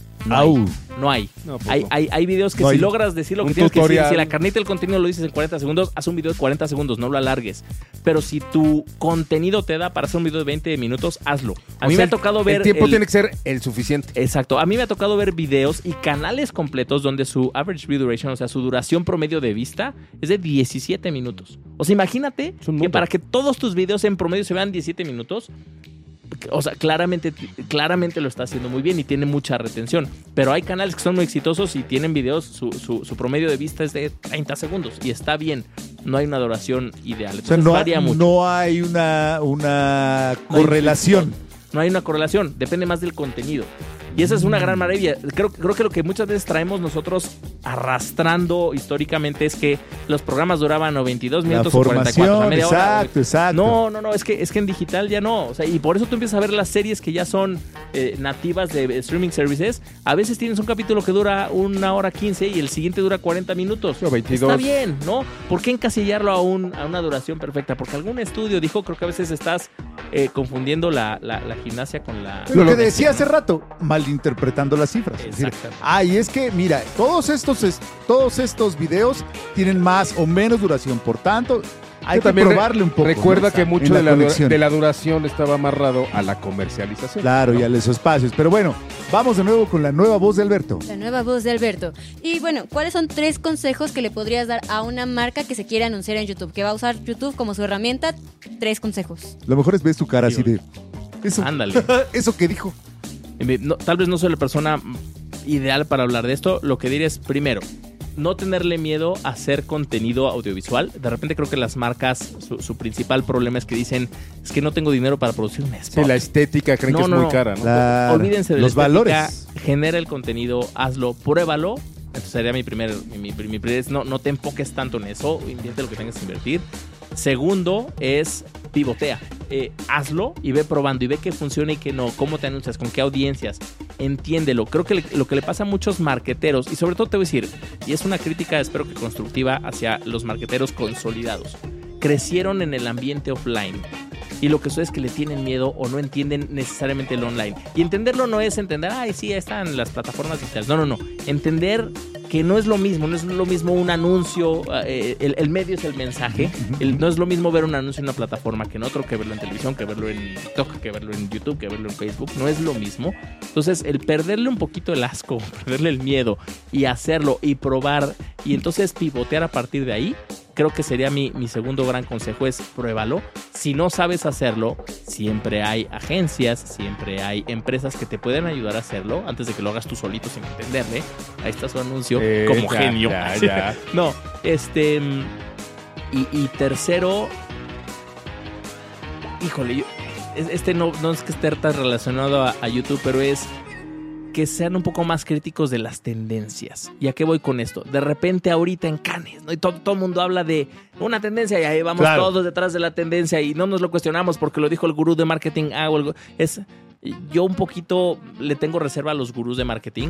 Speaker 9: No hay. Hay videos que si logras decir lo que tienes que decir, si la carnita del contenido lo dices en 40 segundos, haz un video de 40 segundos, no lo alargues. Pero si tu contenido te da para hacer un video de 20 minutos, hazlo. A mí me ha tocado ver...
Speaker 8: El tiempo tiene que ser el suficiente.
Speaker 9: Exacto. A mí me ha tocado ver videos y canales completos donde su average view duration, o sea, su duración promedio de vista, es de 17 minutos. O sea, imagínate que para que todos tus videos en promedio se vean 17 minutos... O sea, claramente lo está haciendo muy bien y tiene mucha retención. Pero hay canales que son muy exitosos y tienen videos, su promedio de vista es de 30 segundos y está bien. No hay una duración ideal. Entonces, varía mucho.
Speaker 4: No hay una correlación.
Speaker 9: No hay una correlación, depende más del contenido. Y esa es una gran maravilla. Creo que lo que muchas veces traemos nosotros arrastrando históricamente es que los programas duraban 22 minutos o 44, o sea, media hora.
Speaker 4: Exacto.
Speaker 9: No, es que en digital ya no. O sea, y por eso tú empiezas a ver las series que ya son nativas de streaming services. A veces tienes un capítulo que dura 1 hora 15 y el siguiente dura 40 minutos.
Speaker 8: O 22.
Speaker 9: Está bien, ¿no? ¿Por qué encasillarlo a una duración perfecta? Porque algún estudio dijo, creo que a veces estás confundiendo la gimnasia con la...
Speaker 4: Lo que decía hace rato, malinterpretando las cifras. Es decir, es que, mira, todos estos videos tienen más o menos duración, por tanto, hay que probarle un poco.
Speaker 8: Recuerda que mucho de la duración estaba amarrado a la comercialización.
Speaker 4: Claro, y a los espacios. Pero bueno, vamos de nuevo con la nueva voz de Alberto.
Speaker 11: La nueva voz de Alberto. Y bueno, ¿cuáles son 3 consejos que le podrías dar a una marca que se quiere anunciar en YouTube? Que va a usar YouTube como su herramienta. 3 consejos.
Speaker 4: Lo mejor es ver tu cara así de... Eso,
Speaker 9: ándale.
Speaker 4: Eso que dijo.
Speaker 9: Tal vez no soy la persona ideal para hablar de esto. Lo que diré es, primero, no tenerle miedo a hacer contenido audiovisual. De repente creo que las marcas, su principal problema es que dicen, es que no tengo dinero para producir un spot.
Speaker 8: Sí, la estética creen que es muy cara, ¿no?
Speaker 4: Claro.
Speaker 9: Olvídense de
Speaker 4: los
Speaker 9: la estética,
Speaker 4: valores.
Speaker 9: Genera el contenido, hazlo, pruébalo. Entonces sería mi primer no te enfoques tanto en eso, invierte lo que tengas que invertir. Segundo es pivotea. Hazlo y ve probando y ve qué funciona y qué no, cómo te anuncias, con qué audiencias, entiéndelo. Creo que lo que le pasa a muchos marqueteros, y sobre todo te voy a decir, y es una crítica espero que constructiva hacia los marqueteros consolidados, crecieron en el ambiente offline y lo que sucede es que le tienen miedo o no entienden necesariamente el online. Y entenderlo no es entender, sí, están las plataformas digitales. No. Entender que no es lo mismo un anuncio, el medio es el mensaje, no es lo mismo ver un anuncio en una plataforma que en otro, que verlo en televisión, que verlo en TikTok, que verlo en YouTube, que verlo en Facebook, no es lo mismo. Entonces, el perderle un poquito el asco, perderle el miedo y hacerlo y probar y entonces pivotear a partir de ahí, creo que sería mi segundo gran consejo, es pruébalo. Si no sabes hacerlo, siempre hay agencias, siempre hay empresas que te pueden ayudar a hacerlo antes de que lo hagas tú solito sin entenderle. Ahí está su anuncio como genio.
Speaker 8: Ya.
Speaker 9: No, y tercero, híjole, no es que esté tan relacionado a YouTube, pero es que sean un poco más críticos de las tendencias. ¿Y a qué voy con esto? De repente ahorita en Cannes, ¿no? Y todo el mundo habla de una tendencia y ahí vamos todos detrás de la tendencia y no nos lo cuestionamos porque lo dijo el gurú de marketing. Yo un poquito le tengo reserva a los gurús de marketing,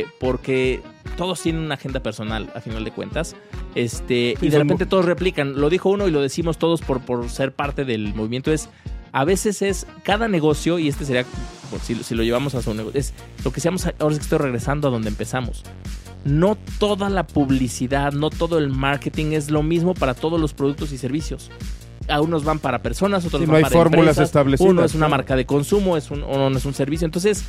Speaker 9: porque todos tienen una agenda personal a final de cuentas, y de repente todos replican. Lo dijo uno y lo decimos todos por ser parte del movimiento. A veces es cada negocio, y sería, si lo llevamos a su negocio, es lo que seamos, ahora sí que estoy regresando a donde empezamos. No toda la publicidad, no todo el marketing es lo mismo para todos los productos y servicios. A unos van para personas, otros van para empresas. No hay fórmulas establecidas. Uno es una marca de consumo, uno es un servicio. Entonces,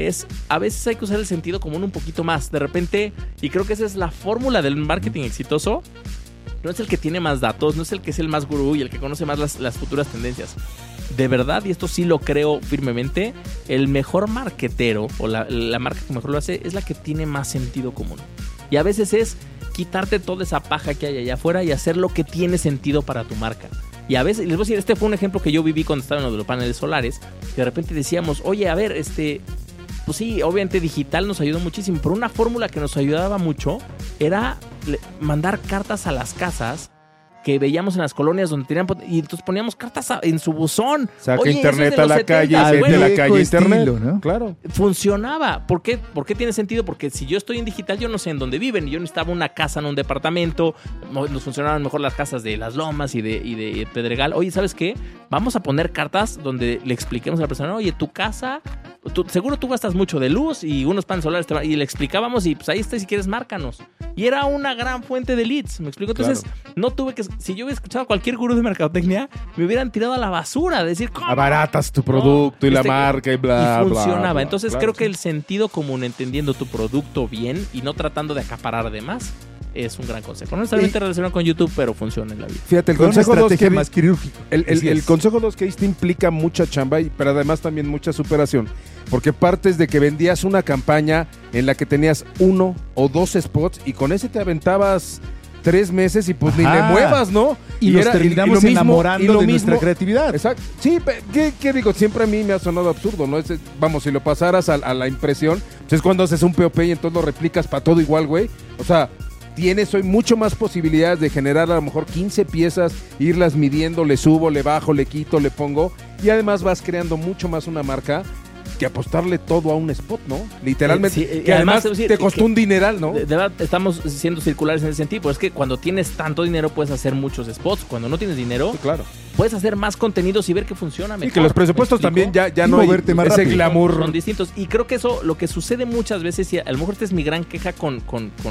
Speaker 9: a veces hay que usar el sentido común un poquito más. De repente, y creo que esa es la fórmula del marketing exitoso. No es el que tiene más datos, no es el que es el más gurú y el que conoce más las futuras tendencias. De verdad, y esto sí lo creo firmemente, el mejor marketero o la marca que mejor lo hace es la que tiene más sentido común. Y a veces es quitarte toda esa paja que hay allá afuera y hacer lo que tiene sentido para tu marca. Y a veces, les voy a decir, este fue un ejemplo que yo viví cuando estaba en lo de los paneles solares, que de repente decíamos, oye, a ver, pues sí, obviamente digital nos ayudó muchísimo, pero una fórmula que nos ayudaba mucho era mandar cartas a las casas que veíamos en las colonias donde tenían, y entonces poníamos cartas en su buzón.
Speaker 8: Saca internet a la calle, de la calle internet, ¿no? Claro.
Speaker 9: Funcionaba. ¿Por qué tiene sentido? Porque si yo estoy en digital, yo no sé en dónde viven. Yo necesitaba una casa en un departamento. Nos funcionaban mejor las casas de Las Lomas y de Pedregal. Oye, ¿sabes qué? Vamos a poner cartas donde le expliquemos a la persona, oye, tu casa, seguro tú gastas mucho de luz y unos paneles solares, y le explicábamos y pues ahí está, si quieres, márcanos. Y era una gran fuente de leads, ¿me explico? Entonces, no tuve que... Si yo hubiera escuchado a cualquier gurú de mercadotecnia, me hubieran tirado a la basura, decir, ¿cómo?
Speaker 8: Abaratas tu producto y la marca y bla,
Speaker 9: y funcionaba.
Speaker 8: bla.
Speaker 9: Entonces, creo que el sentido común, entendiendo tu producto bien y no tratando de acaparar de más, es un gran consejo. No necesariamente relacionado con YouTube, pero funciona en la vida.
Speaker 8: Fíjate, el consejo 2 que
Speaker 4: más quirúrgico.
Speaker 8: El consejo 2 que diste implica mucha chamba, pero además también mucha superación. Porque partes de que vendías una campaña en la que tenías 1 o 2 spots y con ese te aventabas 3 meses y pues ni le muevas, ¿no?
Speaker 4: Y nos terminamos enamorando de nuestra creatividad.
Speaker 8: Exacto. Sí, ¿qué digo? Siempre a mí me ha sonado absurdo, ¿no? Vamos, si lo pasaras a la impresión, pues es cuando haces un POP y entonces lo replicas para todo igual, güey. O sea, tienes hoy mucho más posibilidades de generar a lo mejor 15 piezas, irlas midiendo, le subo, le bajo, le quito, le pongo, y además vas creando mucho más una marca que apostarle todo a un spot, ¿no? Literalmente,
Speaker 9: sí,
Speaker 8: que además te costó un dineral, ¿no?
Speaker 9: De verdad, estamos siendo circulares en ese sentido, pero es que cuando tienes tanto dinero puedes hacer muchos spots, cuando no tienes dinero,
Speaker 8: sí, claro,
Speaker 9: puedes hacer más contenidos y ver que funciona mejor.
Speaker 8: Y que los presupuestos también ya no hay ese glamour.
Speaker 9: Son distintos, y creo que eso, lo que sucede muchas veces, y a lo mejor esta es mi gran queja con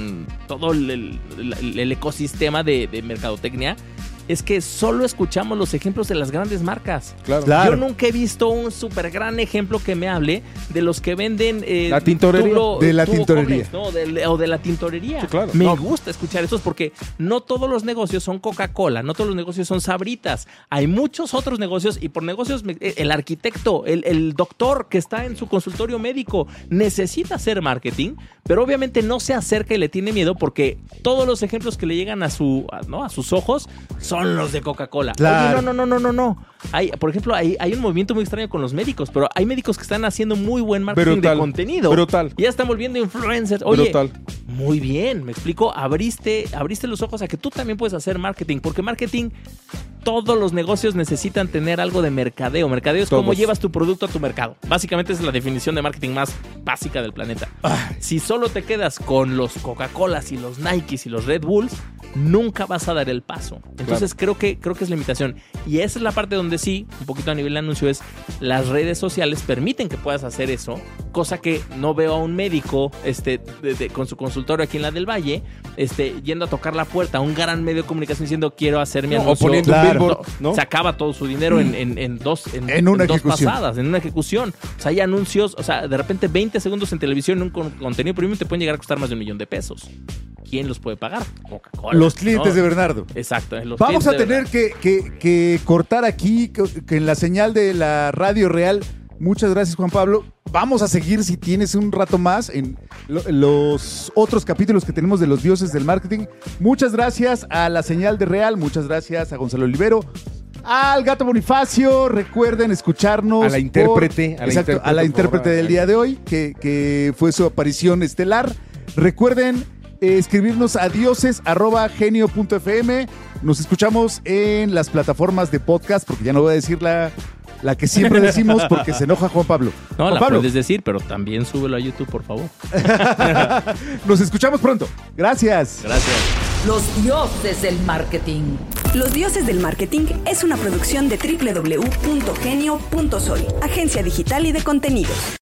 Speaker 9: todo el ecosistema de mercadotecnia, es que solo escuchamos los ejemplos de las grandes marcas.
Speaker 8: Claro.
Speaker 9: Yo nunca he visto un súper gran ejemplo que me hable de los que venden
Speaker 8: la tintorería.
Speaker 4: De la tintorería.
Speaker 9: ¿No? O de la tintorería.
Speaker 8: Sí, claro.
Speaker 9: Me gusta escuchar estos porque no todos los negocios son Coca-Cola, no todos los negocios son Sabritas. Hay muchos otros negocios, y por negocios el arquitecto, el doctor que está en su consultorio médico necesita hacer marketing, pero obviamente no se acerca y le tiene miedo porque todos los ejemplos que le llegan a sus ojos son los de Coca-Cola.
Speaker 4: Claro.
Speaker 9: Oye, no. Por ejemplo, hay un movimiento muy extraño con los médicos, pero hay médicos que están haciendo muy buen marketing de contenido.
Speaker 8: Brutal.
Speaker 9: Y ya están volviendo influencers. Oye,
Speaker 8: brutal.
Speaker 9: Muy bien, me explico. Abriste los ojos a que tú también puedes hacer marketing, porque marketing todos los negocios necesitan tener algo de mercadeo. Mercadeo es cómo
Speaker 8: Todos.
Speaker 9: llevas tu producto a tu mercado. Básicamente es la definición de marketing más básica del planeta. Si solo te quedas con los Coca-Colas y los Nikes y los Red Bulls, nunca vas a dar el paso. Entonces creo que es la invitación. Y esa es la parte donde sí, un poquito a nivel de anuncio, es las redes sociales permiten que puedas hacer eso, cosa que no veo a un médico con su consultorio aquí en la del Valle, yendo a tocar la puerta a un gran medio de comunicación diciendo quiero hacer mi anuncio.
Speaker 8: O poniendo un billboard, ¿no?
Speaker 9: Se acaba todo su dinero en dos
Speaker 4: ejecución.
Speaker 9: pasadas, en una ejecución. O sea, hay anuncios, o sea, de repente 20 segundos en televisión en un contenido premium te pueden llegar a costar más de $1 millón. ¿Quién los puede pagar? Coca-Cola.
Speaker 4: Los clientes,
Speaker 9: ¿no?
Speaker 4: de Bernardo.
Speaker 9: Exacto.
Speaker 4: Vamos a tener que cortar aquí que en la señal de la radio real. Muchas gracias, Juan Pablo. Vamos a seguir, si tienes un rato más, en los otros capítulos que tenemos de los dioses del marketing. Muchas gracias a la señal de Real. Muchas gracias a Gonzalo Olivero. Al Gato Bonifacio. Recuerden escucharnos.
Speaker 8: A la intérprete.
Speaker 4: A la intérprete del día de hoy, que fue su aparición estelar. Recuerden escribirnos a dioses@genio.fm. Nos escuchamos en las plataformas de podcast, porque ya no voy a decir la que siempre decimos porque se enoja Juan Pablo.
Speaker 9: No,
Speaker 4: Juan
Speaker 9: la
Speaker 4: Pablo.
Speaker 9: puedes decir, pero también súbelo a YouTube, por favor.
Speaker 4: Nos escuchamos pronto. Gracias.
Speaker 9: Gracias.
Speaker 10: Los dioses del marketing.
Speaker 1: Los Dioses del Marketing es una producción de www.genio.sol, agencia digital y de contenidos.